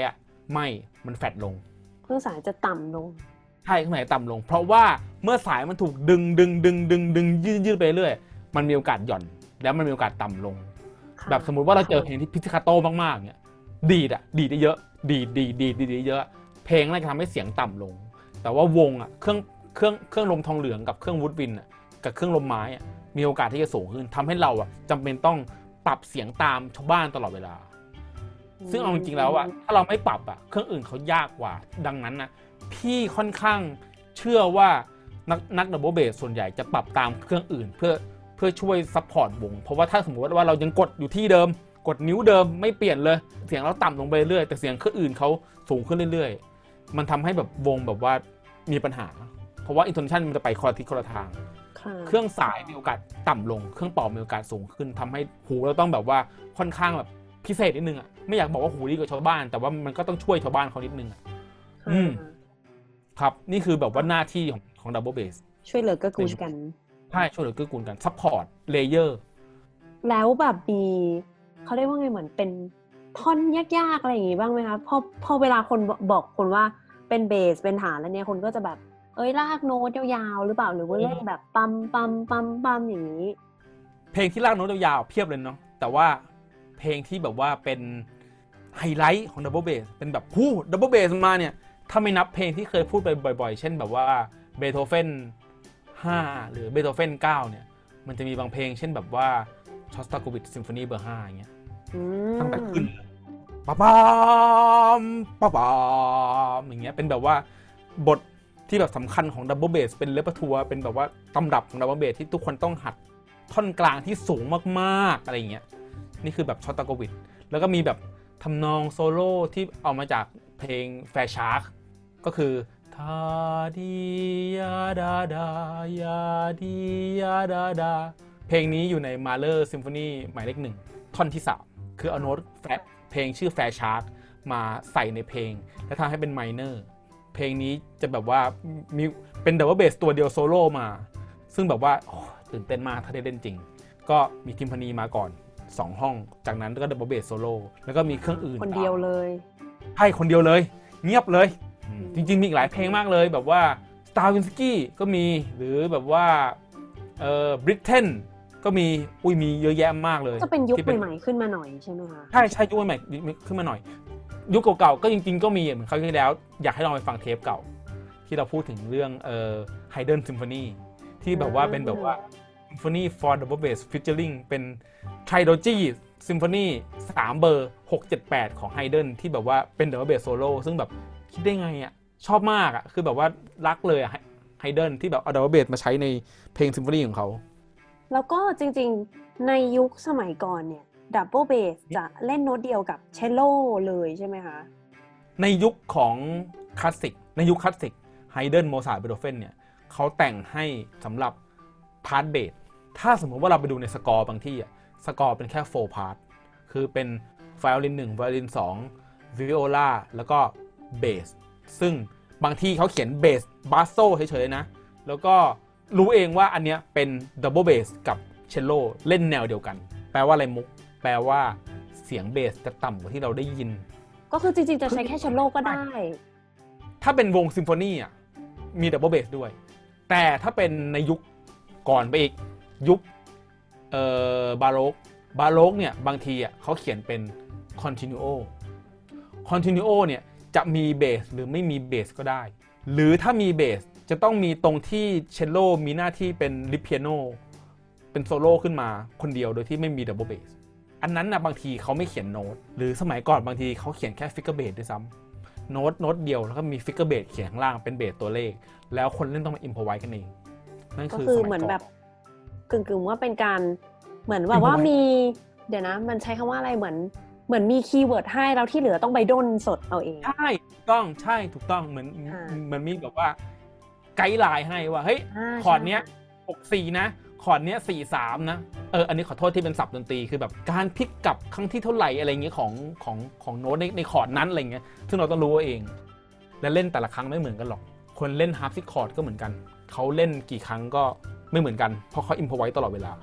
S4: ไม่มันแฟลตลง
S3: เครื่องสายจะต่ำลง
S4: ใช่เครื่องสายต่ำลงเพราะว่าเมื่อสายมันถูกดึงดึงดึงดึงดึงยืดยืดไปเรื่อยมันมีโอกาสหย่อนแล้วมันมีโอกาสต่ำลงแบบสมมุติว่าเราเจอเพลงที่พิซิคาโต้มากๆเนี่ยดีดอะดีดได้เยอะดีดดีดดีดดีดเยอะเพลงน่าจะทำให้เสียงต่ำลงแต่ว่าวงอะเครื่องเครื่องเครื่องลมทองเหลืองกับเครื่องวูดวินอะกับเครื่องลมไม้อะมีโอกาสที่จะสูงขึ้นทำให้เราอะจำเป็นต้องปรับเสียงตามชาวบ้านตลอดเวลาซึ่งเอาจริงๆแล้วอะถ้าเราไม่ปรับอะเครื่องอื่นเขายากกว่าดังนั้นนะพี่ค่อนข้างเชื่อว่านักนักดับเบิลเบสส่วนใหญ่จะปรับตามเครื่องอื่นเพื่อเพื่อช่วยซัพพอร์ตวงเพราะว่าถ้าสมมติว่าเรายังกดอยู่ที่เดิมกดนิ้วเดิมไม่เปลี่ยนเลยเสียงเราต่ำลงไปเรื่อยแต่เสียงเครื่องอื่นเขาสูงขึ้นเรื่อยๆมันทำให้แบบวงแบบว่ามีปัญหาเพราะว่าอินโทเนชันมันจะไปคนละทิศคนละทางเครื่องสายมีโอกาสต่ำลงเครื่องเป่ามีโอกาสสูงขึ้นทำให้หูเราต้องแบบว่าค่อนข้างแบบพิเศษนิดนึงอ่ะไม่อยากบอกว่าหูดีกว่าชาวบ้านแต่ว่ามันก็ต้องช่วยชาวบ้านเขานิดนึงอ่ะอืมครับนี่คือแบบว่าหน้าที่ของของดับเบิลเบส
S3: ช่วยเหลือเกื้อกูลกัน
S4: ใช่ช่วยเหลือเกื้อกูลกันซัพพอร์ตเลเยอร์
S3: แล้วแบบมีเขาเรียกว่าไงเหมือนเป็นท่อนยากๆอะไรอย่างงี้บ้างไหมคะพอพอเวลาคนบอกคนว่าเป็นเบสเป็นฐานแล้วเนี่ยคนก็จะแบบเอ้ยลากโน้ตยาวๆหรือเปล่าหรือว่าเล่นแบบปั๊มปั๊มปั๊มปั๊มอย่างนี้
S4: เพลงที่ลากโน้ตยาวๆเพียบเลยเนาะแต่ว่าเพลงที่แบบว่าเป็นไฮไลท์ของดับเบิลเบสเป็นแบบฮู้ดับเบิลเบสมาเนี่ยถ้าไม่นับเพลงที่เคยพูดไปบ่อยๆเช่นแบบว่าเบโธเฟนห้าหรือเบโธเฟนเก้าเนี่ยมันจะมีบางเพลงเช่นแบบว่าชอสตาโควิชซิมโฟนีเบอร์ห้าอย่างเงี้ยตั้งแต่ขึ้นป๊าป๊ามป๊าป๊ามอย่างเงี้ยเป็นแบบว่าบทที่แบบสำคัญของดับเบิลเบสเป็นเรปทัวร์เป็นแบบว่าตำรับของดับเบิลเบสที่ทุกคนต้องหัดท่อนกลางที่สูงมากๆอะไรอย่างเงี้ยนี่คือแบบชอสตาโควิชแล้วก็มีแบบทำนองโซโล่ที่เอามาจากเพลงแฟร์ชาร์กก็คือทาดียาดาดายาดียาดาดาเพลงนี้อยู่ใน Mahler Symphony หมายเลขหนึ่งท่อนที่สามคือเอาโน้ตแฟร์เพลงชื่อแฟร์ชาร์กมาใส่ในเพลงและทำให้เป็นไมเนอร์เพลงนี้จะแบบว่ามีเป็นดับเบิลเบสตัวเดียวโซโล่มาซึ่งแบบว่าตื่นเต้นมากถ้าได้เล่นจริงก็มีทิมพานีมาก่อนสองห้องจากนั้นก็ดับเบิลเบสโซโล่แล้วก็มีเครื่องอื่น
S3: คนเดียวเลย
S4: ใช่คนเดียวเลยเงียบเลยจริงๆมีอีกหลายเพลงมากเลยแบบว่าสตาวินสกี้ก็มีหรือแบบว่าเอ่อบริตเทนก็มีอุ้ยมีเยอะแยะมากเลย
S3: จะเป็นยุคใหม่ๆขึ้นมาหน่อยใช่ไหมคะ
S4: ใช่ใช่ยุคใหม่ขึ้นมาหน่อยยุคเก่าๆก็จริงๆก็มีเหมือนคราวที่แล้วอยากให้ลองไปฟังเทปเก่าที่เราพูดถึงเรื่องเอ่อ Haydn Symphony ที่แบบว่าเป็นแบบว่า Symphony for Double Bass Featuring เป็น Trilogy Symphony สามเบอร์หก เจ็ด แปดของ Haydn ที่แบบว่าเป็น Double Bass Solo ซึ่งแบบคิดได้ไงอ่ะชอบมากอ่ะคือแบบว่ารักเลยอ่ะ Haydn ที่แบบเอา Double Bass มาใช้ในเพลง Symphony ของเขา
S3: แล้วก็จริงๆในยุคสมัยก่อนเนี่ยดับเบิลเบสจะเล่นโน้ตเดียวกับเชลโลเลยใช่ไหมคะ
S4: ในยุคของคลาสสิกในยุคคลาสสิกไฮเดนโมซาร์ทเบโธเฟนเนี่ยเขาแต่งให้สำหรับพาร์ทเบสถ้าสมมติว่าเราไปดูในสกอร์บางที่อ่ะสกอร์เป็นแค่โฟร์พาร์ทคือเป็นไวโอลินหนึ่งไวโอลินสองวิโอลาแล้วก็เบสซึ่งบางที่เขาเขียนเบสบาสโซเฉยๆนะแล้วก็รู้เองว่าอันเนี้ยเป็นดับเบิลเบสกับเชลโลเล่นแนวเดียวกันแปลว่าอะไรมุกแปลว่าเสียงเบสจะต่ำกว่าที่เราได้ยิน
S3: ก็คือจริงๆจะใช้แค่เชลโลก็ได้
S4: ถ้าเป็นวงซิมโฟนีอ่ะมีดับเบิลเบสด้วยแต่ถ้าเป็นในยุคก่อนไปอีกยุคเอ่อบาโรกบาโรกเนี่ยบางทีอ่ะเขาเขียนเป็นคอนตินิโอคอนตินิโอเนี่ยจะมีเบสหรือไม่มีเบสก็ได้หรือถ้ามีเบสจะต้องมีตรงที่เชลโลมีหน้าที่เป็นลิปเปียโนเป็นโซโล่ขึ้นมาคนเดียวโดยที่ไม่มีดับเบิลเบสอันนั้นนะบางทีเขาไม่เขียนโน้ตหรือสมัยก่อนบางทีเขาเขียนแค่ฟิกเกอร์เบสด้วยซ้ำโน้ตโน้ตเดียวแล้วก็มีฟิกเกอร์เบสเขียนข้างล่างเป็นเบสตัวเลขแล้วคนเล่นต้องมาอิมพอไว้กันเองนั่นคือ
S3: ก็คือเหมือนแบบกึ่งๆว่าเป็นการเหมือนแบบว่ามีเดี๋ยวนะมันใช้คำว่าอะไรเหมือนเหมือนมีคีย์เวิร์ดให้แล้วที่เหลือต้องไปด้นสดเอาเอง
S4: ใช่ถูกต้องใช่ถูกต้องเหมือนเหมือนมีแบบว่าไกด์ไลน์ให้ว่าเฮ้ยคอร์ดเนี้ยหกสี่นะคอร์ดเนี้ยสี่สามนะเอออันนี้ขอโทษที่เป็นศัพท์ดนตรีคือแบบการพลิกกลับครั้งที่เท่าไหร่อะไรเงี้ยของของของโน้ตในในคอร์ดนั้นอะไรเงี้ยซึ่งเราต้องรู้เองและเล่นแต่ละครั้งไม่เหมือนกันหรอกคนเล่นฮาร์ปซิคคอร์ดก็เหมือนกันเขาเล่นกี่ครั้งก็ไม่เหมือนกันเพราะเขาอิมพอไว้ตลอดเวลา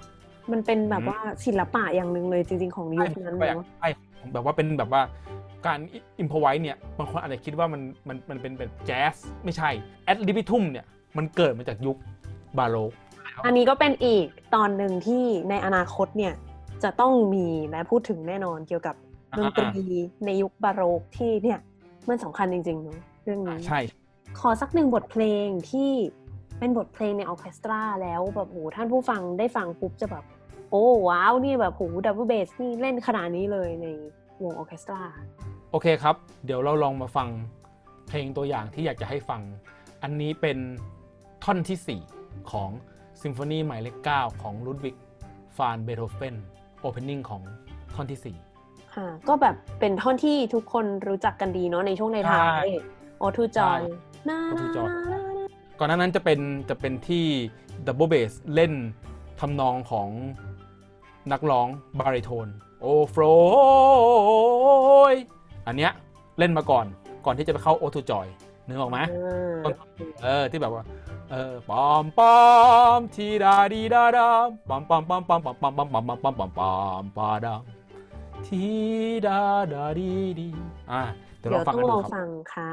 S3: มันเป็นแบบว่าศิลปะอย่างหนึ่งเลยจริงๆของยุคนั้นเนาะ
S4: ใช่แบบว่าเป็นแบบว่าการอิมพอไว้เนี่ยบางคนอาจจะคิดว่ามันมันมันเป็นแบบแจ๊สไม่ใช่แอดลิบิทุมเนี่ยมันเกิดมาจากยุคบาโรก
S3: อันนี้ก็เป็นอีกตอนหนึ่งที่ในอนาคตเนี่ยจะต้องมีและพูดถึงแน่นอนเกี่ยวกับดนตรีในยุคบาโรกที่เนี่ยมันสำคัญจริงๆเนาะเรื่องนี้
S4: ใช่
S3: ขอสักหนึ่งบทเพลงที่เป็นบทเพลงในออร์เคสตราแล้วแบบโหท่านผู้ฟังได้ฟังปุ๊บจะแบบโอ้ว้าวนี่แบบโหดับเบิลเบสนี่เล่นขนาดนี้เลยในวงออร์เคสตรา
S4: โอเคครับเดี๋ยวเราลองมาฟังเพลงตัวอย่างที่อยากจะให้ฟังอันนี้เป็นท่อนที่สี่ของซิมโฟนีหมายเลขเก้าของลุดวิกฟานเบโธเฟนโอเพนนิ่งของท่อนที่สี่
S3: ค่ะก็แบบเป็นท่อนที่ทุกคนรู้จักกันดีเนาะในช่วงในท้ายโอทูจอย
S4: ก่อนหน้านั้นจะเป็นจะเป็นที่ดับเบิลเบสเล่นทำนองของนักร้องบาริโทนโอโฟรยอันเนี้ยเล่นมาก่อนก่อนที่จะไปเข้าโอทูจอยนึกออกไหมเออที่แบบว่าเออปอมปอมทีดาดีดาดาปอมปอมปอมปอมปอมปอมปอมปอมปอมปอมปอมปอมปาดาทีดาดาดีดีอ่ะเดี๋ยวเราฟังกันดูครับ
S3: เดี๋ยวต้องลองฟังค่ะ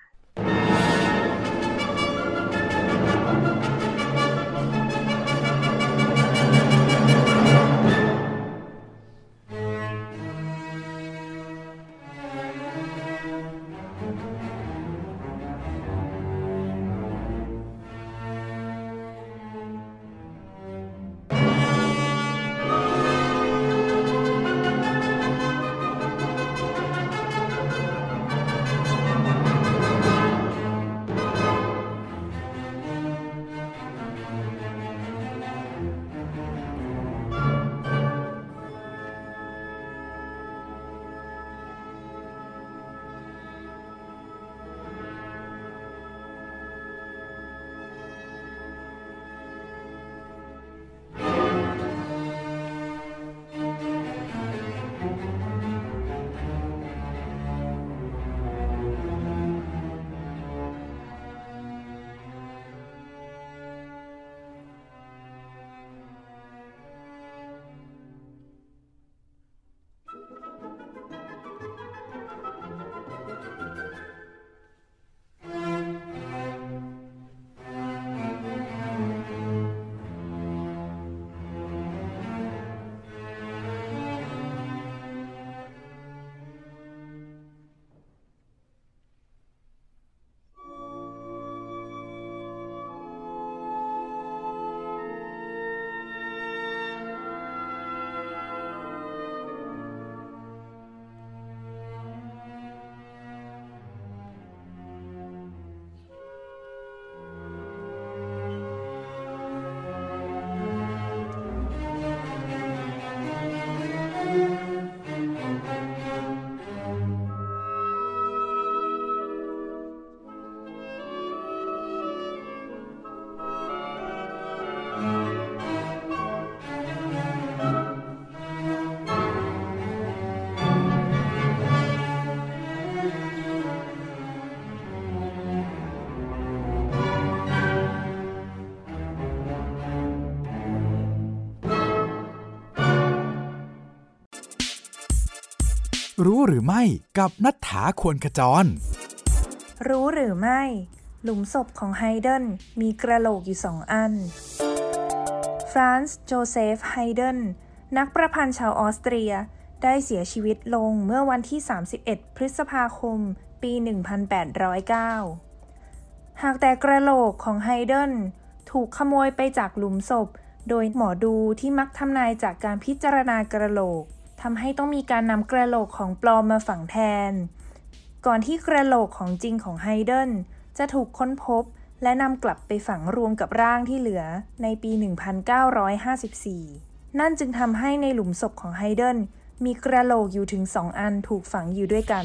S5: รู้หรือไม่กับณัฐฐา ควรขจร
S2: รู้หรือไม่หลุมศพของไฮเดนมีกระโหลกอยู่สองอันฟรานซ์โจเซฟไฮเดนนักประพันธ์ชาวออสเตรียได้เสียชีวิตลงเมื่อวันที่สามสิบเอ็ดพฤษภาคมปีหนึ่งพันแปดร้อยเก้าหากแต่กระโหลกของไฮเดนถูกขโมยไปจากหลุมศพโดยหมอดูที่มักทำนายจากการพิจารณากระโหลกทำให้ต้องมีการนำกระโหลกของปลอมมาฝังแทนก่อนที่กระโหลกของจริงของไฮเดนจะถูกค้นพบและนำกลับไปฝังรวมกับร่างที่เหลือในปี หนึ่งพันเก้าร้อยห้าสิบสี่ นั่นจึงทำให้ในหลุมศพของไฮเดนมีกระโหลกอยู่ถึงสองอันถูกฝังอยู่ด้วยกัน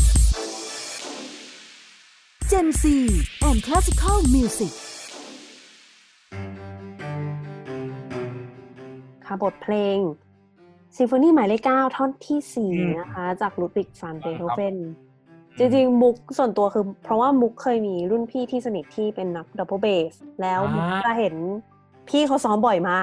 S1: Gen ซี and Classical Music
S3: ค่ะบทเพลงซิมโฟนีหมายเลขเก้าท่อนที่สี่นะคะจากลุดวิก ฟานเบโธเฟนจริงๆมุกส่วนตัวคือเพราะว่ามุกเคยมีรุ่นพี่ที่สนิทที่เป็นนักดับเบิลเบสแล้วมุกจะเห็นพี่เขาซ้อมบ่อยมากเพ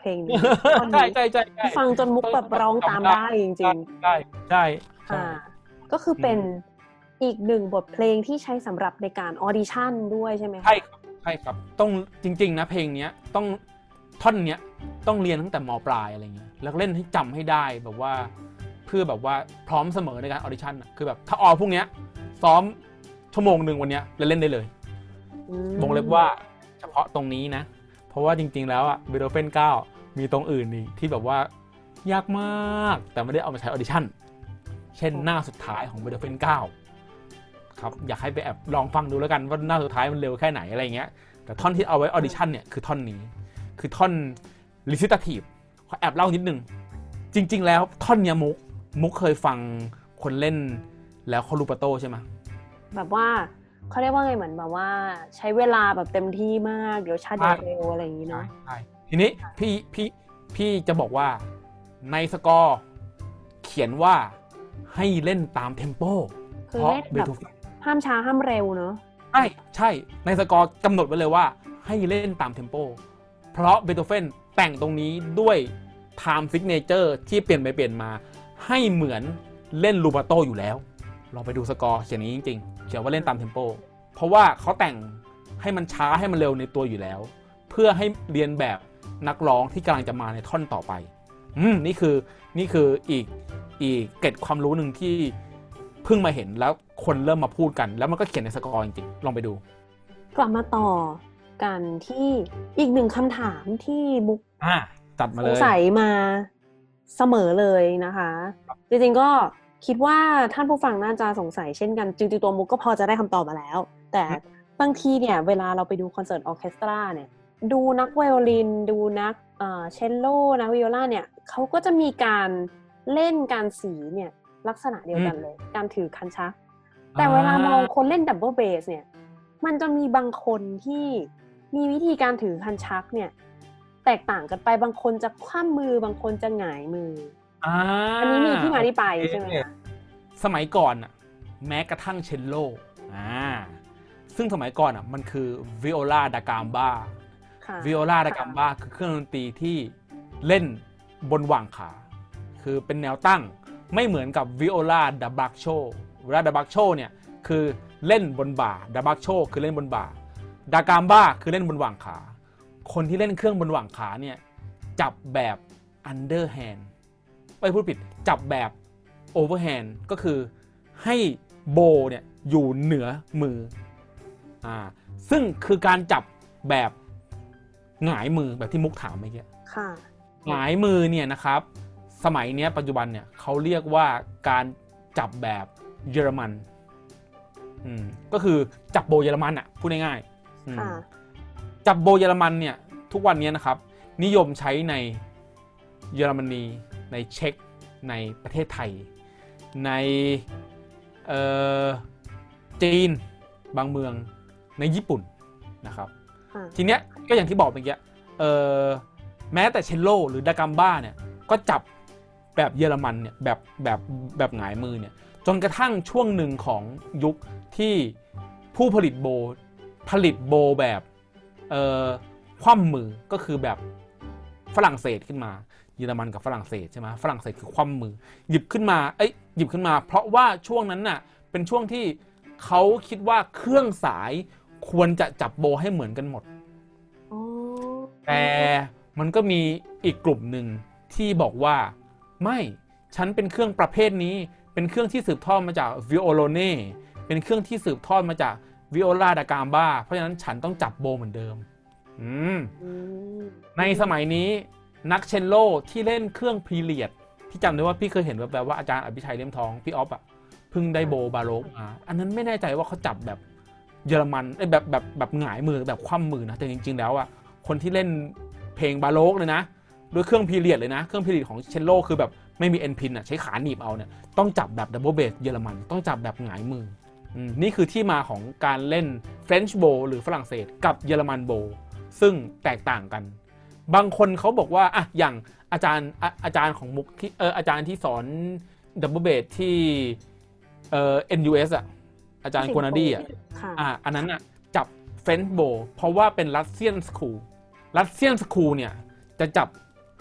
S3: เพลงนี้
S4: ใช่ใช่ใช่
S3: ฟังจนมุกแบบร้องตามได้จริง
S4: ๆใช่ใช่
S3: อ่าก็คือเป็นอีกหนึ่งบทเพลงที่ใช้สำหรับในการออดิชั่นด้วยใช่ไหมคะ
S4: ใช่ครับใช่ครับต้องจริงๆนะเพลงนี้ต้องท่อนเนี้ยต้องเรียนตั้งแต่ม.ปลายอะไรเงี้ยแล้วเล่นให้จำให้ได้แบบว่าเพื่อแบบว่าพร้อมเสมอในการออดิชั่นคือแบบถ้าออพวกเนี้ยซ้อมชั่วโมงหนึ่งวันเนี้ยแล้วเล่นได้เลยวงเล็บว่าเฉพาะตรงนี้นะเพราะว่าจริงๆแล้วอะเบโธเฟนเก้ามีตรงอื่นนี่ที่แบบว่ายากมากแต่ไม่ได้เอามาใช้ออดิชั่นเช่นหน้าสุดท้ายของเบโธเฟนเก้าครับอยากให้ไปแอบลองฟังดูแล้วกันว่าหน้าสุดท้ายมันเร็วแค่ไหนอะไรเงี้ยแต่ท่อนที่เอาไว้ออดิชั่นเนี่ยคือท่อนนี้คือท่อน recitative ขอแอบเล่านิดนึงจริงๆแล้วท่อนเนี้ยมุกมุกเคยฟังคนเล่นแล้วเขารูปาโต้ใช่ไหม
S3: แบบว่าเขาเรียกว่าไงเหมือนแบบว่าใช้เวลาแบบเต็มที่มากเดี๋ยวชาเดี๋ยวเร็วอะไรอย่างนี้เนาะ
S4: ใช่ทีนี้พี่พี่พี่จะบอกว่าในสกอร์เขียนว่าให้เล่นตามเทมโป
S3: เพราะแบบห้ามช้าห้ามเร็วเนาะ
S4: ใช่ใช่ในสกอร์กำหนดไว้เลยว่าให้เล่นตามเทมโปเพราะเบโธเฟนแต่งตรงนี้ด้วย time signature ที่เปลี่ยนไปเปลี่ยนมาให้เหมือนเล่นรูปาโต้อยู่แล้วลองไปดูสกอร์เขียนนี้จริงๆเขียนว่าเล่นตามเทมโปเพราะว่าเขาแต่งให้มันช้าให้มันเร็วในตัวอยู่แล้วเพื่อให้เรียนแบบนักร้องที่กำลังจะมาในท่อนต่อไปอืมนี่คือนี่คืออีกอีกเกร็ดความรู้หนึ่งที่เพิ่งมาเห็นแล้วคนเริ่มมาพูดกันแล้วมันก็เขียนในสกอร์จริงๆลองไปดู
S3: กลับมาต่อกันที่อีกหนึ่งคำถามที่มุก
S4: อ่ะจัดมาเลย
S3: สงสัยมาเสมอเลยนะคะจริงๆก็คิดว่าท่านผู้ฟังน่าจะสงสัยเช่นกันจริงๆตัวมุกก็พอจะได้คำตอบมาแล้วแต่บางทีเนี่ยเวลาเราไปดูคอนเสิร์ตออร์เคสตราเนี่ยดูนักไวโอลินดูนักเอ่อเชลโลนักวิโอลาเนี่ยเขาก็จะมีการเล่นการสีเนี่ยลักษณะเดียวกันเลยการถือคันชักแต่เวลามองคนเล่นดับเบิลเบสเนี่ยมันจะมีบางคนที่มีวิธีการถือคันชักเนี่ยแตกต่างกันไปบางคนจะคว่ำมือบางคนจะหงายมืออ่าอันนี้มีที่มาที่ไปใช่ไหมคะ
S4: สมัยก่อนอ่ะแม้กระทั่งเชลโลอ่าซึ่งสมัยก่อนอ่ะมันคือวิโอลาดากามบ้าวิโอลาดากามบ้าคือเครื่องดนตรีที่เล่นบนหว่างขาคือเป็นแนวตั้งไม่เหมือนกับวิโอลาดาบักโชวิโอลาดาบักโชเนี่ยคือเล่นบนบ่าดาบักโชคือเล่นบนบ่าดากามบ้าคือเล่นบนหว่างขาคนที่เล่นเครื่องบนหว่างขาเนี่ยจับแบบอันเดอร์แฮนด์ไม่พูดผิดจับแบบโอเวอร์แฮนด์ก็คือให้โบเนี่ยอยู่เหนือมืออ่าซึ่งคือการจับแบบหงายมือแบบที่มุกถามเมื่อกี้ค่ะหงายมือเนี่ยนะครับสมัยนี้ปัจจุบันเนี่ยเขาเรียกว่าการจับแบบเยอรมันอืมก็คือจับโบเยอรมันอ่ะพูดง่ายๆค่ะจับโบเยอรมันเนี่ยทุกวันนี้นะครับนิยมใช้ในเยอรมนีในเช็กในประเทศไทยในเอ่อจีนบางเมืองในญี่ปุ่นนะครับทีเนี้ยก็อย่างที่บอกเมื่อกี้เอ่อแม้แต่เชลโลหรือดากัมบ้าเนี่ยก็จับแบบเยอรมันเนี่ยแบบแบบแบบหงายมือเนี่ยจนกระทั่งช่วงหนึ่งของยุคที่ผู้ผลิตโบผลิตโบแบบเอ่อคว่ำมือก็คือแบบฝรั่งเศสขึ้นมาเยอรมันกับฝรั่งเศสใช่ไหมฝรั่งเศสคือคว่ำมือหยิบขึ้นมาเอ้ยหยิบขึ้นมาเพราะว่าช่วงนั้นน่ะเป็นช่วงที่เขาคิดว่าเครื่องสายควรจะจับโบให้เหมือนกันหมดแต่มันก็มีอีกกลุ่มหนึ่งที่บอกว่าไม่ฉันเป็นเครื่องประเภทนี้เป็นเครื่องที่สืบทอดมาจากวิโอโลเน่เป็นเครื่องที่สืบทอดมาจากวิโอลาดากามบ้าเพราะฉะนั้นฉันต้องจับโบเหมือนเดิมอืมในสมัยนี้นักเชลโลที่เล่นเครื่องพีเรียดพี่จำได้ว่าพี่เคยเห็นแบบว่าอาจารย์อภิชัยเลี่ยมทองพี่ออฟอ่ะเพิ่งได้โบบาโลกมาอันนั้นไม่แน่ใจว่าเขาจับแบบเยอรมันแบบแบบแบบหงายมือแบบคว่ำมือนะแต่จริงๆแล้วอ่ะคนที่เล่นเพลงบาโลกเลยนะด้วยเครื่องพีเรียดเลยนะเครื่องพีเรียดของเชลโลคือแบบไม่มีเอ็นพินอ่ะใช้ขาหนีบเอาเนี่ยต้องจับแบบดับเบิลเบสเยอรมันต้องจับแบบหงายมือนี่คือที่มาของการเล่น French Bow หรือฝรั่งเศสกับเยอรมันโบซึ่งแตกต่างกันบางคนเขาบอกว่าอ่ะอย่างอาจารย์อาจารย์ของมุกที่เอออาจารย์ที่สอนดับเบิลเบสที่เอ่อ เอ็น ยู เอส อ่ะอาจารย์กัวนาดี้อ่ะอ่ะอันนั้นอ่ะจับ French Bow เพราะว่าเป็น Russian School Russian School เนี่ยจะจับ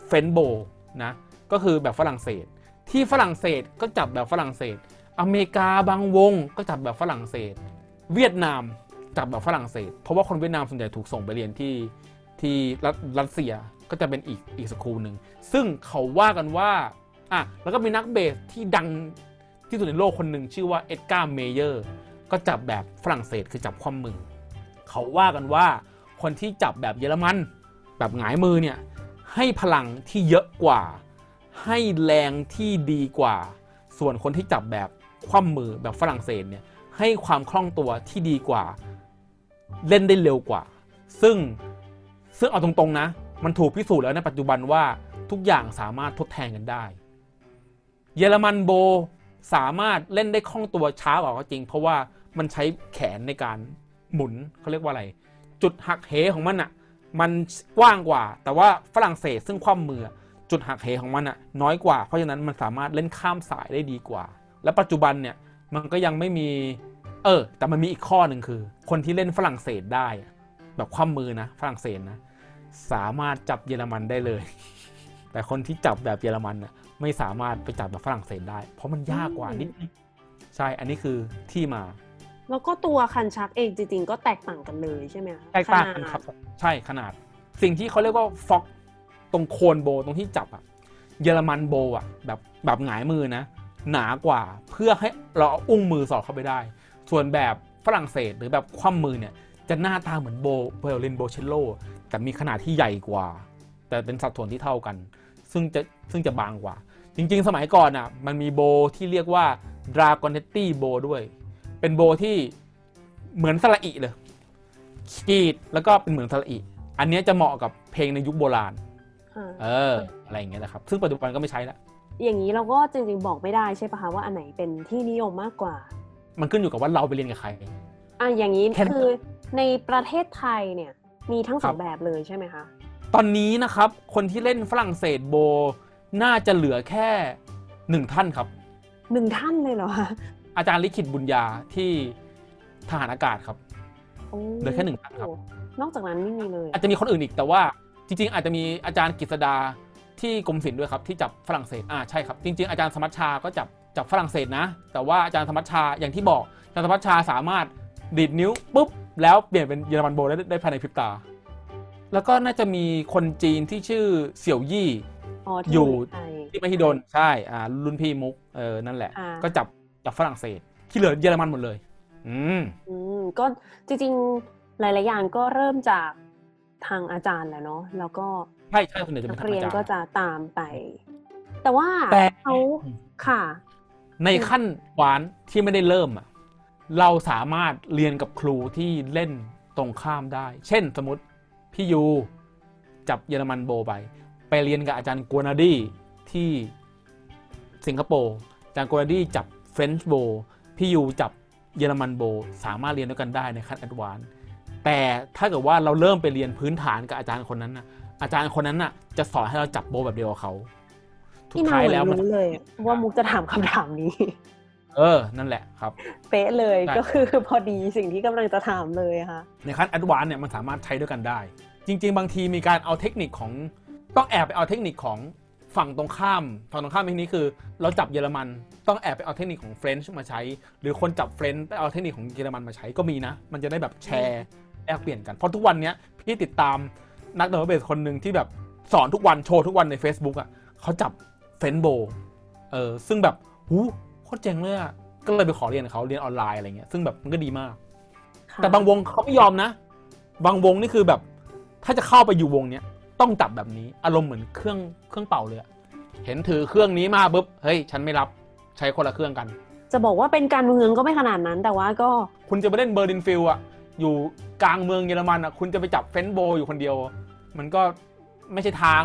S4: เฟรนช์โบนะก็คือแบบฝรั่งเศสที่ฝรั่งเศสก็จับแบบฝรั่งเศสอเมริกาบางวงก็จับแบบฝรั่งเศสเวียดนามจับแบบฝรั่งเศสเพราะว่าคนเวียดนามส่วนใหญ่ถูกส่งไปเรียนที่ที่รัสเซียก็จะเป็นอีกอีกสกูลหนึ่งซึ่งเขาว่ากันว่าอ่ะแล้วก็มีนักเบสที่ดังที่สุดในโลกคนหนึ่งชื่อว่าเอ็ดการ์เมเยอร์ก็จับแบบฝรั่งเศสคือจับคว่ำมือเขาว่ากันว่าคนที่จับแบบเยอรมันแบบหงายมือเนี่ยให้พลังที่เยอะกว่าให้แรงที่ดีกว่าส่วนคนที่จับแบบคว่ำมือแบบฝรั่งเศสเนี่ยให้ความคล่องตัวที่ดีกว่าเล่นได้เร็วกว่าซึ่งซึ่งเอาตรงๆนะมันถูกพิสูจน์แล้วในปัจจุบันว่าทุกอย่างสามารถทดแทนกันได้เยอรมันโบสามารถเล่นได้คล่องตัวช้ากว่าก็จริงเพราะว่ามันใช้แขนในการหมุนเขาเรียกว่าอะไรจุดหักเหของมันอ่ะมันกว้างกว่าแต่ว่าฝรั่งเศสซึ่งคว่ำมือจุดหักเหของมันอ่ะน้อยกว่าเพราะฉะนั้นมันสามารถเล่นข้ามสายได้ดีกว่าและปัจจุบันเนี่ยมันก็ยังไม่มีเออแต่มันมีอีกข้อหนึ่งคือคนที่เล่นฝรั่งเศสได้แบบคว่ำมือนะฝรั่งเศสนะสามารถจับเยอรมันได้เลยแต่คนที่จับแบบเยอรมันน่ะไม่สามารถไปจับแบบฝรั่งเศสได้เพราะมันยากกว่านิดนึงใช่อันนี้คือที่มา
S3: แล้วก็ตัวคันชักเองจริงๆก็แตกต่างกันเลยใช่ไหมคะ
S4: แตกต่างกันครับใช่ขนาดสิ่งที่เขาเรียกว่าฟ็อกตรงโคนโบตรงที่จับอะเยอรมันโบอะแบบแบบหงายมือนะหนากว่าเพื่อให้เราอุ้งมือสอดเข้าไปได้ส่วนแบบฝรั่งเศสหรือแบบคว่ำมือเนี่ยจะหน้าตาเหมือนโบไวโอลินโบเชลโลแต่มีขนาดที่ใหญ่กว่าแต่เป็นสัดส่วนที่เท่ากันซึ่งจะซึ่งจะบางกว่าจริงๆสมัยก่อนอ่ะมันมีโบที่เรียกว่า Dragonetti โบด้วยเป็นโบที่เหมือนสระอิเลยกรีดแล้วก็เป็นเหมือนสระอิอันนี้จะเหมาะกับเพลงในยุคโบราณเอออะไรอย่างเงี้ยนะครับซึ่งปัจจุบันก็ไม่ใช้แล้ว
S3: อย่างนี้เราก็จริงๆบอกไม่ได้ใช่ป่ะคะว่าอันไหนเป็นที่นิยมมากกว่า
S4: มันขึ้นอยู่กับว่าเราไปเรียนกับใคร
S3: อ่ะอย่างนี้คือในประเทศไทยเนี่ยมีทั้งสองแบบเลยใช่ไหมคะ
S4: ตอนนี้นะครับคนที่เล่นฝรั่งเศสโบน่าจะเหลือแค่หนึ่งท่านครับ
S3: หนึ่งท่านเลยเหรอคะ
S4: อาจารย์ลิขิตบุญญาที่ทหารอากาศครับเหลือแค่หนึ่งท่านครับ
S3: นอกจากนั้นไม่มีเลย
S4: อาจจะมีคนอื่นอีกแต่ว่าจริงๆอาจจะมีอาจารย์กฤษดาที่กรมศิลป์ด้วยครับที่จับฝรั่งเศสอ่าใช่ครับจริงๆอาจารย์สมัชชาก็จับจับฝรั่งเศสนะแต่ว่าอาจารย์สมัชชาอย่างที่บอกอาจารย์สมัชชาสามารถดีดนิ้วปุ๊บแล้วเปลี่ยนเป็นเยอรมันโบได้ได้ภายในพริบตาแล้วก็น่าจะมีคนจีนที่ชื่อเสี่ยวยี่
S3: อ,
S4: อยู่ที่มหิดลใช่อ่ารุ่นพี่มุกเออนั่นแหละก็จับจับฝรั่งเศสที่เหลือเยอรมันหมดเลยอืม
S3: อืมก็จริงๆหลายๆอย่างก็เริ่มจากทางอาจารย์แหละเนาะแล้วก็
S4: ใช่ใช่ส่วนใหญ่จะเป็น
S3: ทางอาจารย์นักเรียนก็จะตามไปแต่ว่าเขาค่ะ
S4: ในขั้นหวานที่ไม่ได้เริ่มอ่ะเราสามารถเรียนกับครูที่เล่นตรงข้ามได้เช่นสมมติพี่ยูจับเยอรมันโบไปไปเรียนกับอาจารย์กัวนาดี้ที่สิงคโปร์อาจารย์กัวนาดี้จับเฟรนช์โบพี่ยูจับเยอรมันโบสามารถเรียนด้วยกันได้ในขั้นแอดวานซ์แต่ถ้าเกิดว่าเราเริ่มไปเรียนพื้นฐานกับอาจารย์คนนั้นนะอาจารย์คนนั้นน่ะจะสอนให้เราจับโบแบบเดียวกับเขา
S3: ทุกท้ายแล้วมันรู้เลยว่ามุกจะถามคำถามนี้
S4: เออนั่นแหละครับ
S3: เป๊ะเลยก็คือพอดีสิ่งที่กำลังจะถามเลยค่ะ
S4: ในขั้นแอดวานซ์เนี่ยมันสามารถใช้ด้วยกันได้จริงๆบางทีมีการเอาเทคนิคของต้องแอบไปเอาเทคนิคของฝั่งตรงข้ามฝั่งตรงข้ามในที่นี้คือเราจับเยอรมันต้องแอบไปเอาเทคนิคของเฟรนช์มาใช้หรือคนจับเฟรนช์ไปเอาเทคนิคของเยอรมันมาใช้ก็มีนะมันจะได้แบบแชร์แลกเปลี่ยนกันเพราะทุกวันนี้พี่ติดตามนักดับเบิลเบสคนนึงที่แบบสอนทุกวันโชว์ทุกวันใน Facebook อ่ะเขาจับเฟรนช์โบเออซึ่งแบบหูโคตรเจ๋งเลยอ่ะก็เลยไปขอเรียนกับเขาเรียนออนไลน์อะไรเงี้ยซึ่งแบบมันก็ดีมากแต่บางวงเขาไม่ยอมนะบางวงนี่คือแบบถ้าจะเข้าไปอยู่วงเนี้ยต้องจับแบบนี้อารมณ์เหมือนเครื่องเครื่องเป่าเลยอะเห็นถือเครื่องนี้มาปุ๊บเฮ้ยฉันไม่รับใช้คนละเครื่องกัน
S3: จะบอกว่าเป็นการเมืองก็ไม่ขนาดนั้นแต่ว่าก็
S4: คุณจะไปเล่นเบอร์ลินฟิลด์อะอยู่กลางเมืองเยอรมันอะคุณจะไปจับเฟรนช์โบอยู่คนเดียวมันก็ไม่ใช่ทาง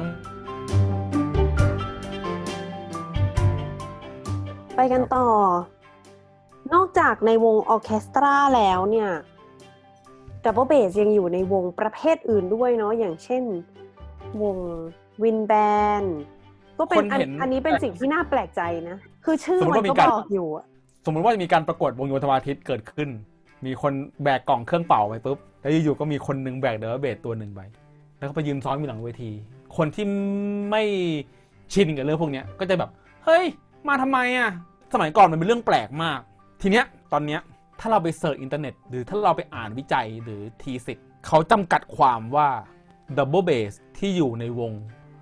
S3: ไปกันต่อนอกจากในวงออร์เคสตราแล้วเนี่ยดับเบิลเบสยังอยู่ในวงประเภทอื่นด้วยเนาะอย่างเช่นวงวินแบนด์ก็เป็น อ, อันนี้เป็นสิ่งที่น่าแปลกใจนะคือชื่อมันก็บอกอยู่
S4: สมมติว่าจะมีการประกวดวงโยธวาทิตเกิดขึ้นมีคนแบกกล่องเครื่องเป่าไปปุ๊บแล้วอยู่ๆก็มีคนนึงแบกดับเบิลเบสตัวหนึ่งไปแล้วก็ไปยืนซ้อมอยู่หลังเวทีคนที่ไม่ชินกับเรื่องพวกนี้ก็จะแบบเฮ้ยมาทำไมอ่ะสมัยก่อนมันเป็นเรื่องแปลกมากทีเนี้ยตอนเนี้ยถ้าเราไปเสิร์ชอินเทอร์เน็ตหรือถ้าเราไปอ่านวิจัยหรือทีสิทธ์เขาจำกัดความว่า Double Bass ที่อยู่ในวง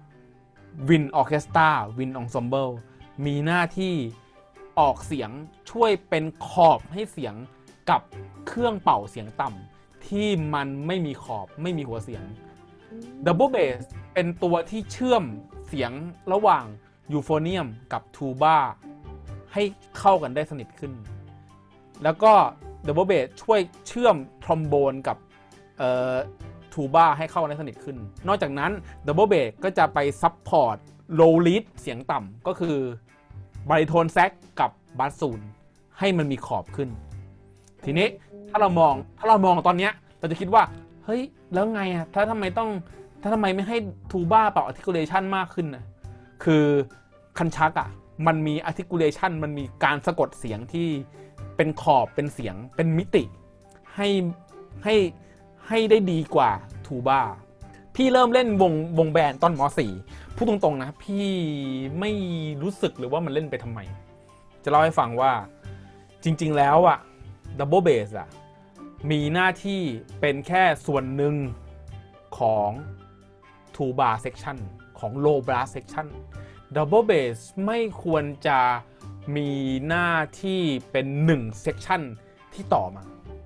S4: Wind Orchestra Wind Ensemble มีหน้าที่ออกเสียงช่วยเป็นขอบให้เสียงกับเครื่องเป่าเสียงต่ำที่มันไม่มีขอบไม่มีหัวเสียง Double Bass เป็นตัวที่เชื่อมเสียงระหว่างยูโฟเนียมกับทูบาให้เข้ากันได้สนิทขึ้นแล้วก็ Double Bass ช่วยเชื่อมทรอมโบนกับเอ่อทูบาให้เข้ากันได้สนิทขึ้นนอกจากนั้น Double Bass ก็จะไปซัพพอร์ตโลลีดเสียงต่ำก็คือบาริโทนแซกกับบาสซูนให้มันมีขอบขึ้นทีนี้ถ้าเรามองถ้าเรามองตอนนี้เราจะคิดว่าเฮ้ยแล้วไงอ่ะถ้าทำไมต้องถ้าทำไมไม่ให้ทูบ้าเป่า articulation มากขึ้นนะคือคันชักอ่ะมันมี articulation มันมีการสะกดเสียงที่เป็นขอบเป็นเสียงเป็นมิติให้ให้ให้ได้ดีกว่าทูบ้าพี่เริ่มเล่นวงวงแบนด์ตอนม.สี่ พูดตรงๆนะพี่ไม่รู้สึกเลยว่ามันเล่นไปทำไมจะเล่าให้ฟังว่าจริงๆแล้วอ่ะ Double Bass อ่ะมีหน้าที่เป็นแค่ส่วนหนึ่งของ Tuba Section ของ Low Brass Section Double Bass ไม่ควรจะมีหน้าที่เป็นหนึ่ง Section ที่ต่อมา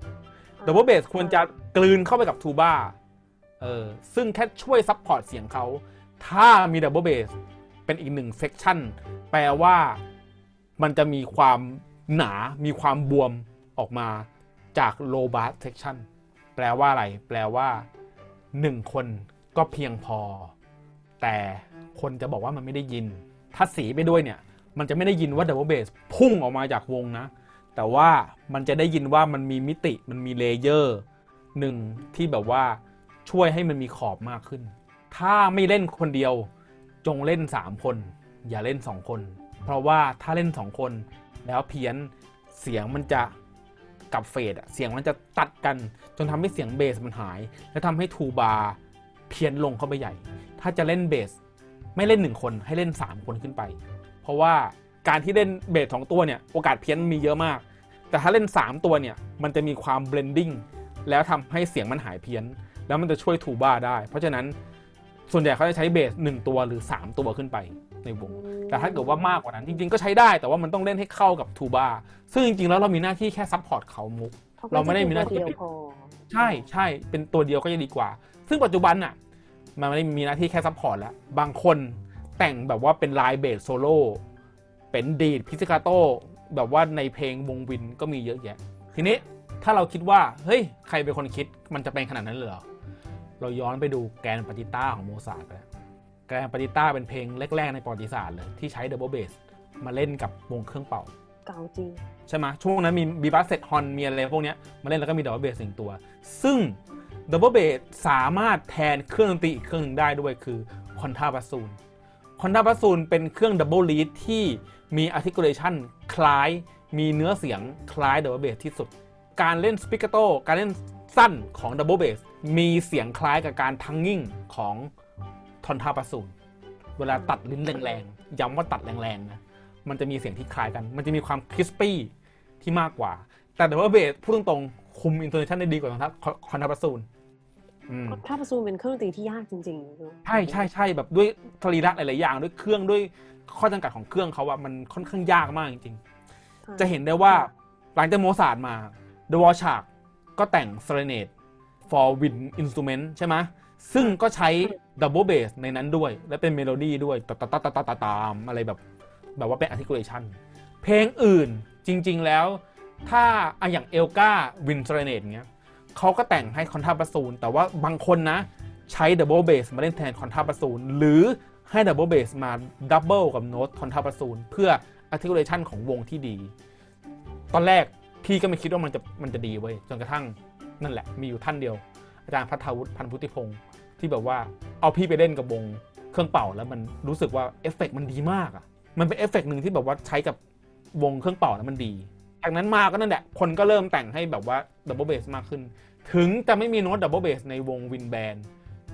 S4: Double Bass ควรจะกลืนเข้าไปกับ Tuba เออซึ่งแค่ช่วยซัพพอร์ตเสียงเขาถ้ามี Double Bass เป็นอีกหนึ่ง Section แปลว่ามันจะมีความหนามีความบวมออกมาจาก Low Brass Section แปลว่าอะไรแปลว่าหนึ่งคนก็เพียงพอแต่คนจะบอกว่ามันไม่ได้ยินถ้าสีไปด้วยเนี่ยมันจะไม่ได้ยินว่า Double Bass พุ่งออกมาจากวงนะแต่ว่ามันจะได้ยินว่ามันมีมิติมันมีเลเยอร์หนึ่งที่แบบว่าช่วยให้มันมีขอบมากขึ้นถ้าไม่เล่นคนเดียวจงเล่นสามคนอย่าเล่นสองคนเพราะว่าถ้าเล่นสองคนแล้วเพี้ยนเสียงมันจะกับเฟดเสียงมันจะตัดกันจนทำให้เสียงเบสมันหายและทำให้ทูบาเพี้ยนลงเข้าไปใหญ่ถ้าจะเล่นเบสไม่เล่นหนึ่งคนให้เล่นสามคนขึ้นไปเพราะว่าการที่เล่นเบสสองตัวเนี่ยโอกาสเพี้ยนมีเยอะมากแต่ถ้าเล่นสามตัวเนี่ยมันจะมีความเบลนดิ้งแล้วทำให้เสียงมันหายเพี้ยนแล้วมันจะช่วยทูบาได้เพราะฉะนั้นส่วนใหญ่เขาจะใช้เบสหนึ่งตัวหรือสามตัวขึ้นไปในวงแต่ถ้าเกิดว่ามากกว่านั้นจริงๆก็ใช้ได้แต่ว่ามันต้องเล่นให้เข้ากับทูบาซึ่งจริงๆแล้วเรามีหน้าที่แค่ซัพพอร์ตเขามุกเราไม่ได้มีหน้าที่ใช่ใช่เป็นตัวเดียวก็จะดีกว่าซึ่งปัจจุบันน่ะมันไม่ได้มีหน้าที่แค่ซัพพอร์ตแล้วบางคนแต่งแบบว่าเป็นไลน์เบสโซโล่เป็นดีดพิซิคาโต้แบบว่าในเพลงวงวินก็มีเยอะแยะทีนี้ถ้าเราคิดว่าเฮ้ยใครเป็นคนคิดมันจะเป็นขนาดนั้นเลยเหรอเราย้อนไปดูแกนปาติต้าของโมซาร์ทแล้วแกนปาติต้าเป็นเพลงแรกๆในประวัติศาสตร์เลยที่ใช้ดับเบิลเบสมาเล่นกับวงเครื่องเป่า
S3: เก่าจริง
S4: ใช่ไหมช่วงนั้นมีบีบัสเซตฮอนมีอะไรพวกนี้มาเล่นแล้วก็มีดับเบิลเบสหนึ่งตัวซึ่งดับเบิลเบสสามารถแทนเครื่องดนตรีอีกเครื่องนึงได้ด้วยคือคอนทราบาซูนคอนทราบาซูนเป็นเครื่องดับเบิลลีดที่มีอาร์ติคูเลชันคล้ายมีเนื้อเสียงคล้ายดับเบิลเบสที่สุดการเล่นสปิกาโตการเล่นสั้นของดับเบิลเบสมีเสียงคล้ายกับการทังกิ้งของคอนทราบาซูนเวลาตัดลิ้นแรงๆย้ำว่าตัดแรงๆนะมันจะมีเสียงที่คล้ายกันมันจะมีความคริสปี้ที่มากกว่าแต่ดับเบิลเบสพูดตรงๆคุมอินโทเนชันได้ดีกว่าคอนทราบาซูน
S3: คอนทราบาซูนเป็นเครื่องดนตรีที่ยากจริง
S4: ๆใช่ใช่ใช่แบบด้วยสรีระหลายๆอย่างด้วยเครื่องด้วยข้อจำกัดของเครื่องเขาว่ามันค่อนข้างยากมากจริงๆจะเห็นได้ว่าหลังจากโมซาร์ทมาเดวอลชาร์กก็แต่ง Serenade for Wind Instrument ใช่ไหมซึ่งก็ใช้ Double Bass ในนั้นด้วยและเป็นเมโลดี้ด้วยตาตาตาตาตาตามอะไรแบบแบบว่าเป็น articulation เพลงอื่นจริงๆแล้วถ้าอย่างเอลกา Wind Serenade เงี้ยเขาก็แต่งให้คอนทราบาซูนแต่ว่าบางคนนะใช้ Double Bass มาเล่นแทนคอนทราบาซูนหรือให้ Double Bass มา Double กับโน้ตคอนทราบาซูนเพื่อ articulation ของวงที่ดีตอนแรกพี่ก็ไม่คิดว่ามันจะมันจะดีเว้ยจนกระทั่งนั่นแหละมีอยู่ท่านเดียวอาจารย์พัทวุฒิพันพุทธิพงศ์ที่แบบว่าเอาพี่ไปเล่นกับวงเครื่องเป่าแล้วมันรู้สึกว่าเอฟเฟกต์มันดีมากอ่ะมันเป็นเอฟเฟกต์นึงที่แบบว่าใช้กับวงเครื่องเป่าแล้วมันดีจากนั้นมาก็นั่นแหละคนก็เริ่มแต่งให้แบบว่าดับเบิลเบสมากขึ้นถึงจะไม่มีโน้ตดับเบิลเบสในวงวินแบนด์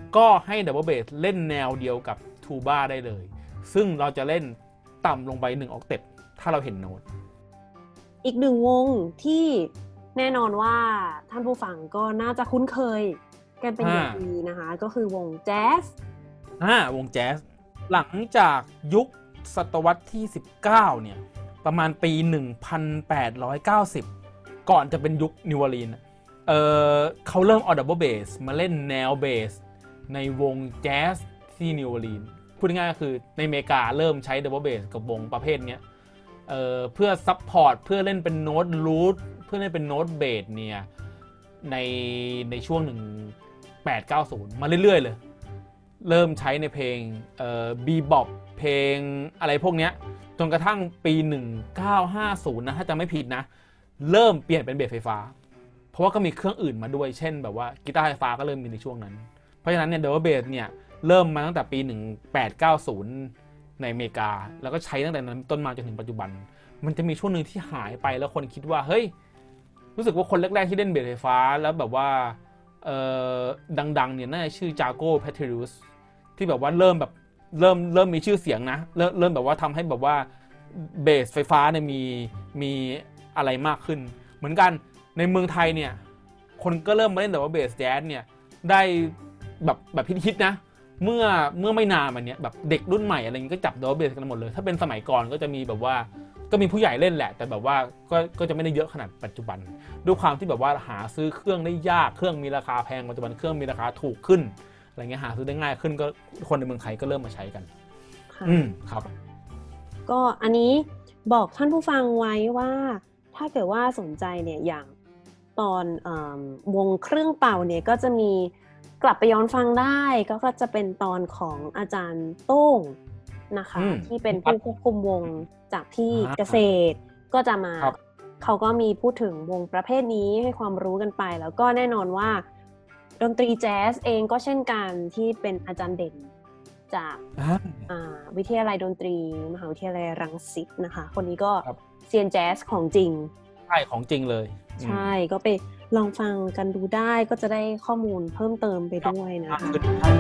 S4: ก็ให้ดับเบิลเบสเล่นแนวเดียวกับทูบ้าได้เลยซึ่งเราจะเล่นต่ำลงไปหนึ่งออกเต็ปถ้าเราเห็นโน้ต
S3: อีกหนึ่งวงที่แน่นอนว่าท่านผู้ฟังก็น่าจะคุ้นเคยกันเป็นอย่างดีนะคะก็คือวงแจ๊ส
S4: อ่าวงแจ๊สหลังจากยุคศตวรรษที่สิบเก้าเนี่ยประมาณปีหนึ่งพันแปดร้อยเก้าสิบก่อนจะเป็นยุคนิวออร์ลีนส์เออเขาเริ่มเอาดับเบิลเบสมาเล่นแนวเบสในวงแจ๊สที่นิวออร์ลีนส์พูดง่ายๆก็คือในอเมริกาเริ่มใช้ดับเบิลเบสกับวงประเภทนี้เอ่อเพื่อซัพพอร์ตเพื่อเล่นเป็นโน้ตรูทเพื่อเล่นเป็นโน้ตเบสเนี่ยในในช่วงหนึ่งแปดเก้าศูนย์มาเรื่อยๆเลยเริ่มใช้ในเพลงเอ่อบีบอปเพลงอะไรพวกเนี้ยจนกระทั่งปีหนึ่งเก้าห้าศูนย์นะถ้าจำไม่ผิดนะเริ่มเปลี่ยนเป็นเบสไฟฟ้าเพราะว่าก็มีเครื่องอื่นมาด้วยเช่นแบบว่ากีตาร์ไฟฟ้าก็เริ่มมีในช่วงนั้นเพราะฉะนั้นเนี่ยดับเบิลเบสเนี่ยเริ่มมาตั้งแต่ปีหนึ่งแปดเก้าศูนย์ในอเมริกาแล้วก็ใช้ตั้งแต่นั้นต้นมาจนถึงปัจจุบันมันจะมีช่วงนึงที่หายไปแล้วคนคิดว่าเฮ้ยรู้สึกว่าคนแรกๆที่เล่นเบสไฟฟ้าแล้วแบบว่าเอ่อดังๆเนี่ยน่าจะชื่อจาโก้แพทริอุสที่แบบว่าเริ่มแบบเริ่มเริ่มมีชื่อเสียงนะเริ่มเริ่มแบบว่าทำให้แบบว่าเบสไฟฟ้าเนี่ยมีมีอะไรมากขึ้นเหมือนกันในเมืองไทยเนี่ยคนก็เริ่มมาเล่นแต่ว่าเบสแจ๊สเนี่ยได้แบบแบบฮิตๆนะเมื่อเมื่อไม่นานมาเนี้ยแบบเด็กรุ่นใหม่อะไรเงี้ยก็จับดับเบิลเบสกันหมดเลยถ้าเป็นสมัยก่อนก็จะมีแบบว่าก็มีผู้ใหญ่เล่นแหละแต่แบบว่าก็ก็จะไม่ได้เยอะขนาดปัจจุบันด้วยความที่แบบว่าหาซื้อเครื่องได้ยากเครื่องมีราคาแพงปัจจุบันเครื่องมีราคาถูกขึ้นอะไรเงี้ยหาซื้อได้ง่ายขึ้นก็คนในเมืองไทยก็เริ่มมาใช้กันอืมครับ
S3: ก็อันนี้บอกท่านผู้ฟังไว้ว่าถ้าเกิดว่าสนใจเนี่ยอย่างตอนเอ่อวงเครื่องเป่าเนี่ยก็จะมีกลับไปย้อนฟังได้ก็จะเป็นตอนของอาจารย์โต้งนะคะที่เป็นผู้ควบคุมวงจากที่เกษตรก็จะมาเขาก็มีพูดถึงวงประเภทนี้ให้ความรู้กันไปแล้วก็แน่นอนว่าดนตรีแจ๊สเองก็เช่นกันที่เป็นอาจารย์เด่นจากวิทยาลัยดนตรีมหาวิทยาลัยรังสิตนะคะคนนี้ก็เซียนแจ๊สของจริง
S4: ใช่ของจริงเลย
S3: ใช่ก็ไปลองฟังกันดูได้ก็จะได้ข้อมูลเพิ่มเติมไปด้วยนะคะ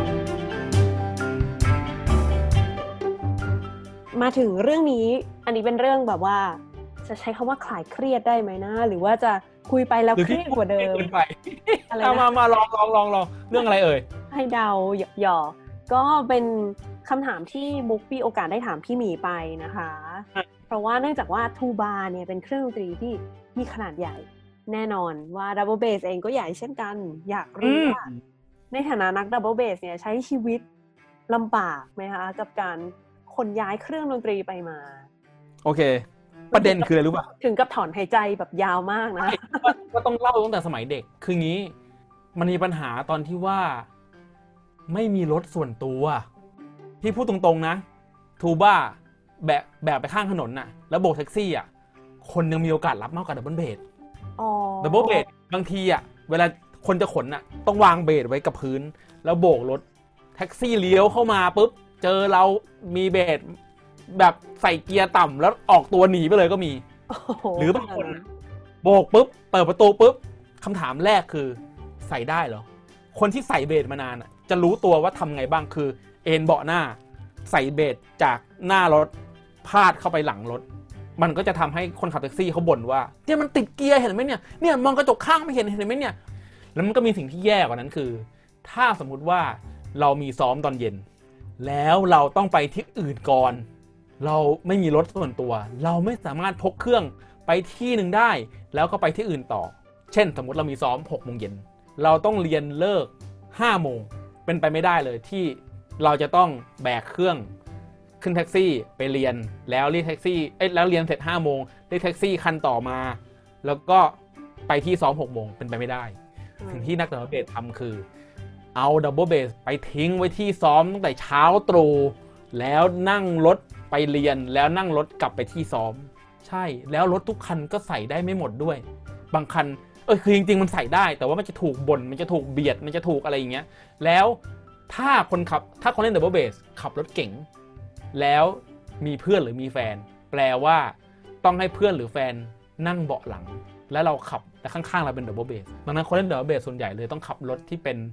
S3: มาถึงเรื่องนี้อันนี้เป็นเรื่องแบบว่าจะใช้คำว่าคลายเครียดได้ไหมนะหรือว่าจะคุยไปแล้วเครียดกว่าเดิม
S4: อะไรนะมามาลองลองลองลองเรื่องอะไรเอ่ย
S3: ให้เดาหยอกก็เป็นคำถามที่บุ๊กมีโอกาสได้ถามพี่หมีไปนะคะเพราะว่าเนื่องจากว่าทูบาเนี่ยเป็นเครื่องดนตรีที่มีขนาดใหญ่แน่นอนว่าดับเบิลเบสเองก็ใหญ่เช่นกันอยากรู้ว่าในฐานะนักดับเบิลเบสเนี่ยใช้ชีวิตลำบากไหมคะกับการขนย้ายเครื่องดนตรีไปมา
S4: โอเคประเด็นคืออะไรรู้ป่ะ
S3: ถึงกับถอนหายใจแบบยาวมากนะ
S4: ก็ต้องเล่าตั้งแต่สมัยเด็กคืองี้มันมีปัญหาตอนที่ว่าไม่มีรถส่วนตัวที่พูดตรงๆนะทูบ้าแบกแบกไปข้างถนนน่ะแล้วโบกแท็กซี่อ่ะคนยังมีโอกาสรับมากกว่าดับเบิลเบสดับเบิลเบสบางทีอ่ะเวลาคนจะขนอ่ะต้องวางเบสไว้กับพื้นแล้วโบกรถแท็กซี่เลี้ยวเข้ามาปุ๊บเจอเรามีเบสแบบใส่เกียร์ต่ำแล้วออกตัวหนีไปเลยก็มีหรือบางคนโบกปุ๊บเปิดประตูปุ๊บคำถามแรกคือใส่ได้เหรอคนที่ใส่เบสมานานอ่ะจะรู้ตัวว่าทำไงบ้างคือเอนเบาะหน้าใส่เบสจากหน้ารถพาดเข้าไปหลังรถมันก็จะทำให้คนขับแท็กซี่เขาบ่นว่าเนี่ยมันติดเกียร์เห็นไหมเนี่ยเนี่ยมองกระจกข้างไม่เห็นเห็นไหมเนี่ยแล้วมันก็มีสิ่งที่แย่กว่านั้นคือถ้าสมมุติว่าเรามีซ้อมตอนเย็นแล้วเราต้องไปที่อื่นก่อนเราไม่มีรถส่วนตัวเราไม่สามารถพกเครื่องไปที่หนึ่งได้แล้วก็ไปที่อื่นต่อเช่นสมมุติเรามีซ้อมหกโมงเย็นเราต้องเรียนเลิกห้าโมงเป็นไปไม่ได้เลยที่เราจะต้องแบกเครื่องขึ้นแท็กซี่ไปเรียนแล้วเรียกแท็กซี่เอ้ยแล้วเรียนเสร็จห้าโมงเรียกแท็กซี่คันต่อมาแล้วก็ไปที่ซ้อมหกโมงเป็นไปไม่ได้สิ่งที่นักดับเบิลเบสทำคือเอาดับเบิลเบสไปทิ้งไว้ที่ซ้อมตั้งแต่เช้าตรู่แล้วนั่งรถไปเรียนแล้วนั่งรถกลับไปที่ซ้อมใช่แล้วรถทุกคันก็ใส่ได้ไม่หมดด้วยบางคันเออคือจริงๆมันใส่ได้แต่ว่ามันจะถูกบ่นมันจะถูกเบียดมันจะถูกอะไรอย่างเงี้ยแล้วถ้าคนขับถ้าคนเล่นดับเบิลเบสขับรถเก๋งแล้วมีเพื่อนหรือมีแฟนแปลว่าต้องให้เพื่อนหรือแฟนนั่งเบาะหลังแล้วเราขับแต่ข้างๆเราเป็นดับเบิลเบสดังนั้นคนเล่นดับเบิลเบสส่วนใหญ่เลยต้องขับรถที่เป็น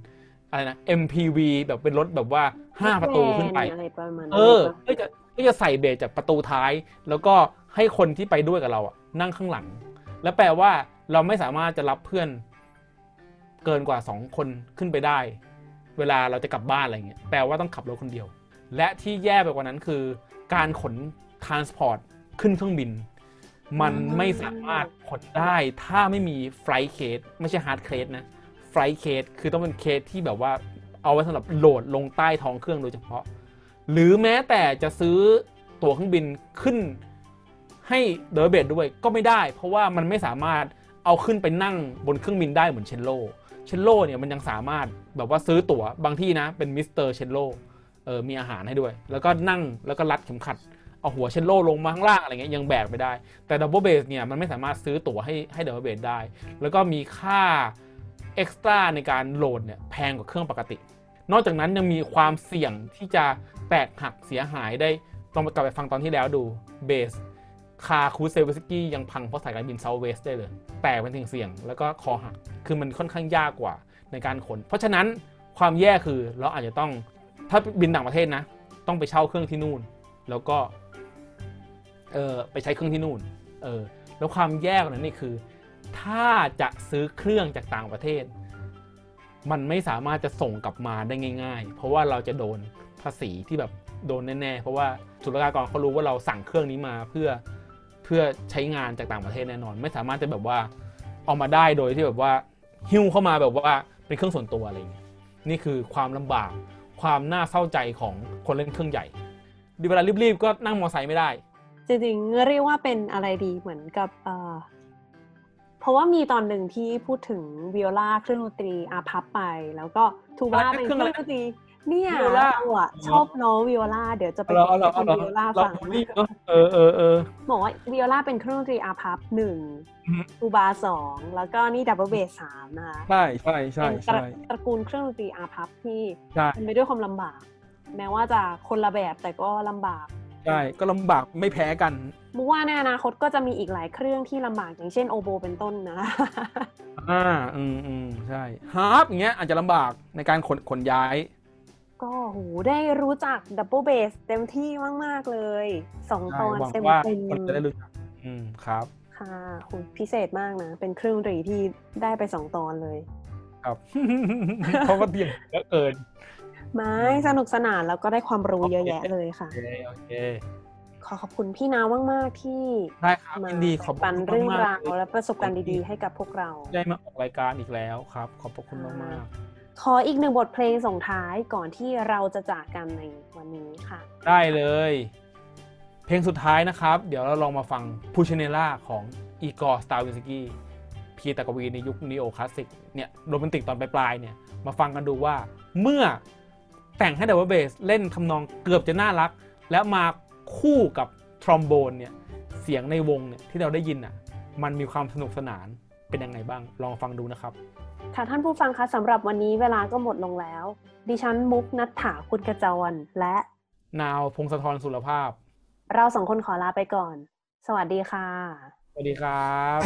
S4: อะไรนะ เอ็ม พี วี แบบเป็นรถแบบว่าห้าประตูขึ้นไปเออก็จะก็จะใส่เบสจากประตูท้ายแล้วก็ให้คนที่ไปด้วยกับเราอ่ะนั่งข้างหลังแล้วแปลว่าเราไม่สามารถจะรับเพื่อนเกินกว่าสองคนขึ้นไปได้เวลาเราจะกลับบ้านอะไรเงี้ยแปลว่าต้องขับรถคนเดียวและที่แย่ไปกว่านั้นคือการขน transport ขึ้นเครื่องบินมันไม่สามารถขนได้ถ้าไม่มี flight case ไม่ใช่ hard case นะ flight case คือต้องเป็นเคสที่แบบว่าเอาไว้สำหรับโหลดลงใต้ท้องเครื่องโดยเฉพาะหรือแม้แต่จะซื้อตั๋วเครื่องบินขึ้นให้เดอร์เบดด้วยก็ไม่ได้เพราะว่ามันไม่สามารถเอาขึ้นไปนั่งบนเครื่องบินได้เหมือนเชลโลเชลโลเนี่ยมันยังสามารถแบบว่าซื้อตั๋วบางที่นะเป็นมิสเตอร์เชลโลเออมีอาหารให้ด้วยแล้วก็นั่งแล้วก็รัดเข็มขัดเอาหัวเชลโลลงมาข้างล่างอะไรเงี้ยยังแบกไปได้แต่ดับเบิลเบสเนี่ยมันไม่สามารถซื้อตั๋วให้ให้ดับเบิลเบสได้แล้วก็มีค่าเอ็กซ์ตร้าในการโหลดเนี่ยแพงกว่าเครื่องปกตินอกจากนั้นยังมีความเสี่ยงที่จะแตกหักเสียหายได้ลองไปกลับไปฟังตอนที่แล้วดูเบสคาคูเซเวสกี้ยังพังเพราะสายการบินเซาท์เวสได้เลยแตกเป็นเสี่ยงๆแล้วก็คอหักคือมันค่อนข้างยากกว่าในการขนเพราะฉะนั้นความแย่คือเราอาจจะต้องถ้าบินต่างประเทศนะต้องไปเช่าเครื่องที่นู่นแล้วก็เออไปใช้เครื่องที่นู่นเออแล้วความแย่กว่านั้นนี่คือถ้าจะซื้อเครื่องจากต่างประเทศมันไม่สามารถจะส่งกลับมาได้ง่ายๆเพราะว่าเราจะโดนภาษีที่แบบโดนแน่ๆเพราะว่าศุลกากรเขารู้ว่าเราสั่งเครื่องนี้มาเพื่อเพื่อใช้งานจากต่างประเทศแน่นอนไม่สามารถจะแบบว่าเอามาได้โดยที่แบบว่าหิ้วเข้ามาแบบว่าเป็นเครื่องส่วนตัวอะไรอย่างเงี้ยนี่คือความลำบากความน่าเศร้าใจของคนเล่นเครื่องใหญ่เวลารีบๆก็นั่งมอเตอร์ไซค์ไม่ได้
S3: จริงๆเรียกว่าเป็นอะไรดีเหมือนกับเอ่อเพราะว่ามีตอนหนึ่งที่พูดถึงวิโอลาเครื่องดนตรีอาพับไปแล้วก็ทูบาเป็นเครื่องดนตรีเนี่ยเราอะชอบน้องวิโอลาเดี๋ยวจะไป
S4: เล่าวิโอลาฟังเออเออเออ
S3: บอกว่าวิโอลาเป็นเครื่องดนตรีอาพับหนึ่งทูบาสองแล้วก็นี่ดับเบิลเบสสามนะคะ
S4: ใช่ใช่ใช่ใช่
S3: ตระกูลเครื่องดนตรีอาพับที่เป็นไปด้วยความลำบากแม้ว่าจะคนละแบบแต่ก็ลำบาก
S4: ใช่ก็ลำบากไม่แพ้กัน
S3: มุกว่าในอนาคตก็จะมีอีกหลายเครื่องที่ลำบากอย่างเช่นโอโบเป็นต้นนะ
S4: อ่าอืมอืมใช่ฮาร์ปอย่างเงี้ยอาจจะลำบากในการขนขนย้าย
S3: ก็โหได้รู้จักดับเบิลเบสเต็มที่มากๆเลยสองตอน
S4: เต็มๆคนจะได้รู้จักอืมครับ
S3: ค่ะโหพิเศษมากนะเป็นเครื่องดนตรีที่ได้ไปสองตอนเลย
S4: ครับเพราะว่าเดี่ยงเยอะเกิน
S3: ไม่สนุกสนานแล้วก็ได้ความรู้เยอะแยะเลยค่ะ
S4: โอเคโอเค
S3: ขอขอบคุณพี่นาวมากๆที่
S4: ได้ครับยินดีขอบ
S3: คุณเรื่องราวและประสบการณ์ดีๆให้กับพวกเรา
S4: ได้มาออกรายการอีกแล้วครับขอบคุณมาก
S3: ๆขออีกหนึ่งบทเพลงส่งท้ายก่อนที่เราจะจากกันในวันนี้ค่ะ
S4: ได้เลยเพลงสุดท้ายนะครับเดี๋ยวเราลองมาฟังพูชเนล่าของอีกอร์สตาวินสกี้พีตากวีในยุคนีโอคลาสสิกเนี่ยโรแมนติกตอนปลายๆเนี่ยมาฟังกันดูว่าเมื่อแต่งให้ดับเบิลเบสเล่นทำนองเกือบจะน่ารักแล้วมาคู่กับทรอมโบนเนี่ยเสียงในวงเนี่ยที่เราได้ยินอ่ะมันมีความสนุกสนานเป็นยังไงบ้างลองฟังดูนะครับ
S3: ค่ะท่านผู้ฟังคะสำหรับวันนี้เวลาก็หมดลงแล้วดิฉันมุกณัฐฐาคุณกระจรและ
S4: นาวพงศธรสุรภาพ
S3: เราสองคนขอลาไปก่อนสวัสดีค่ะ
S4: สวัสดีครับ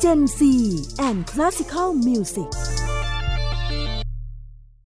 S1: Gen Z and Classical Music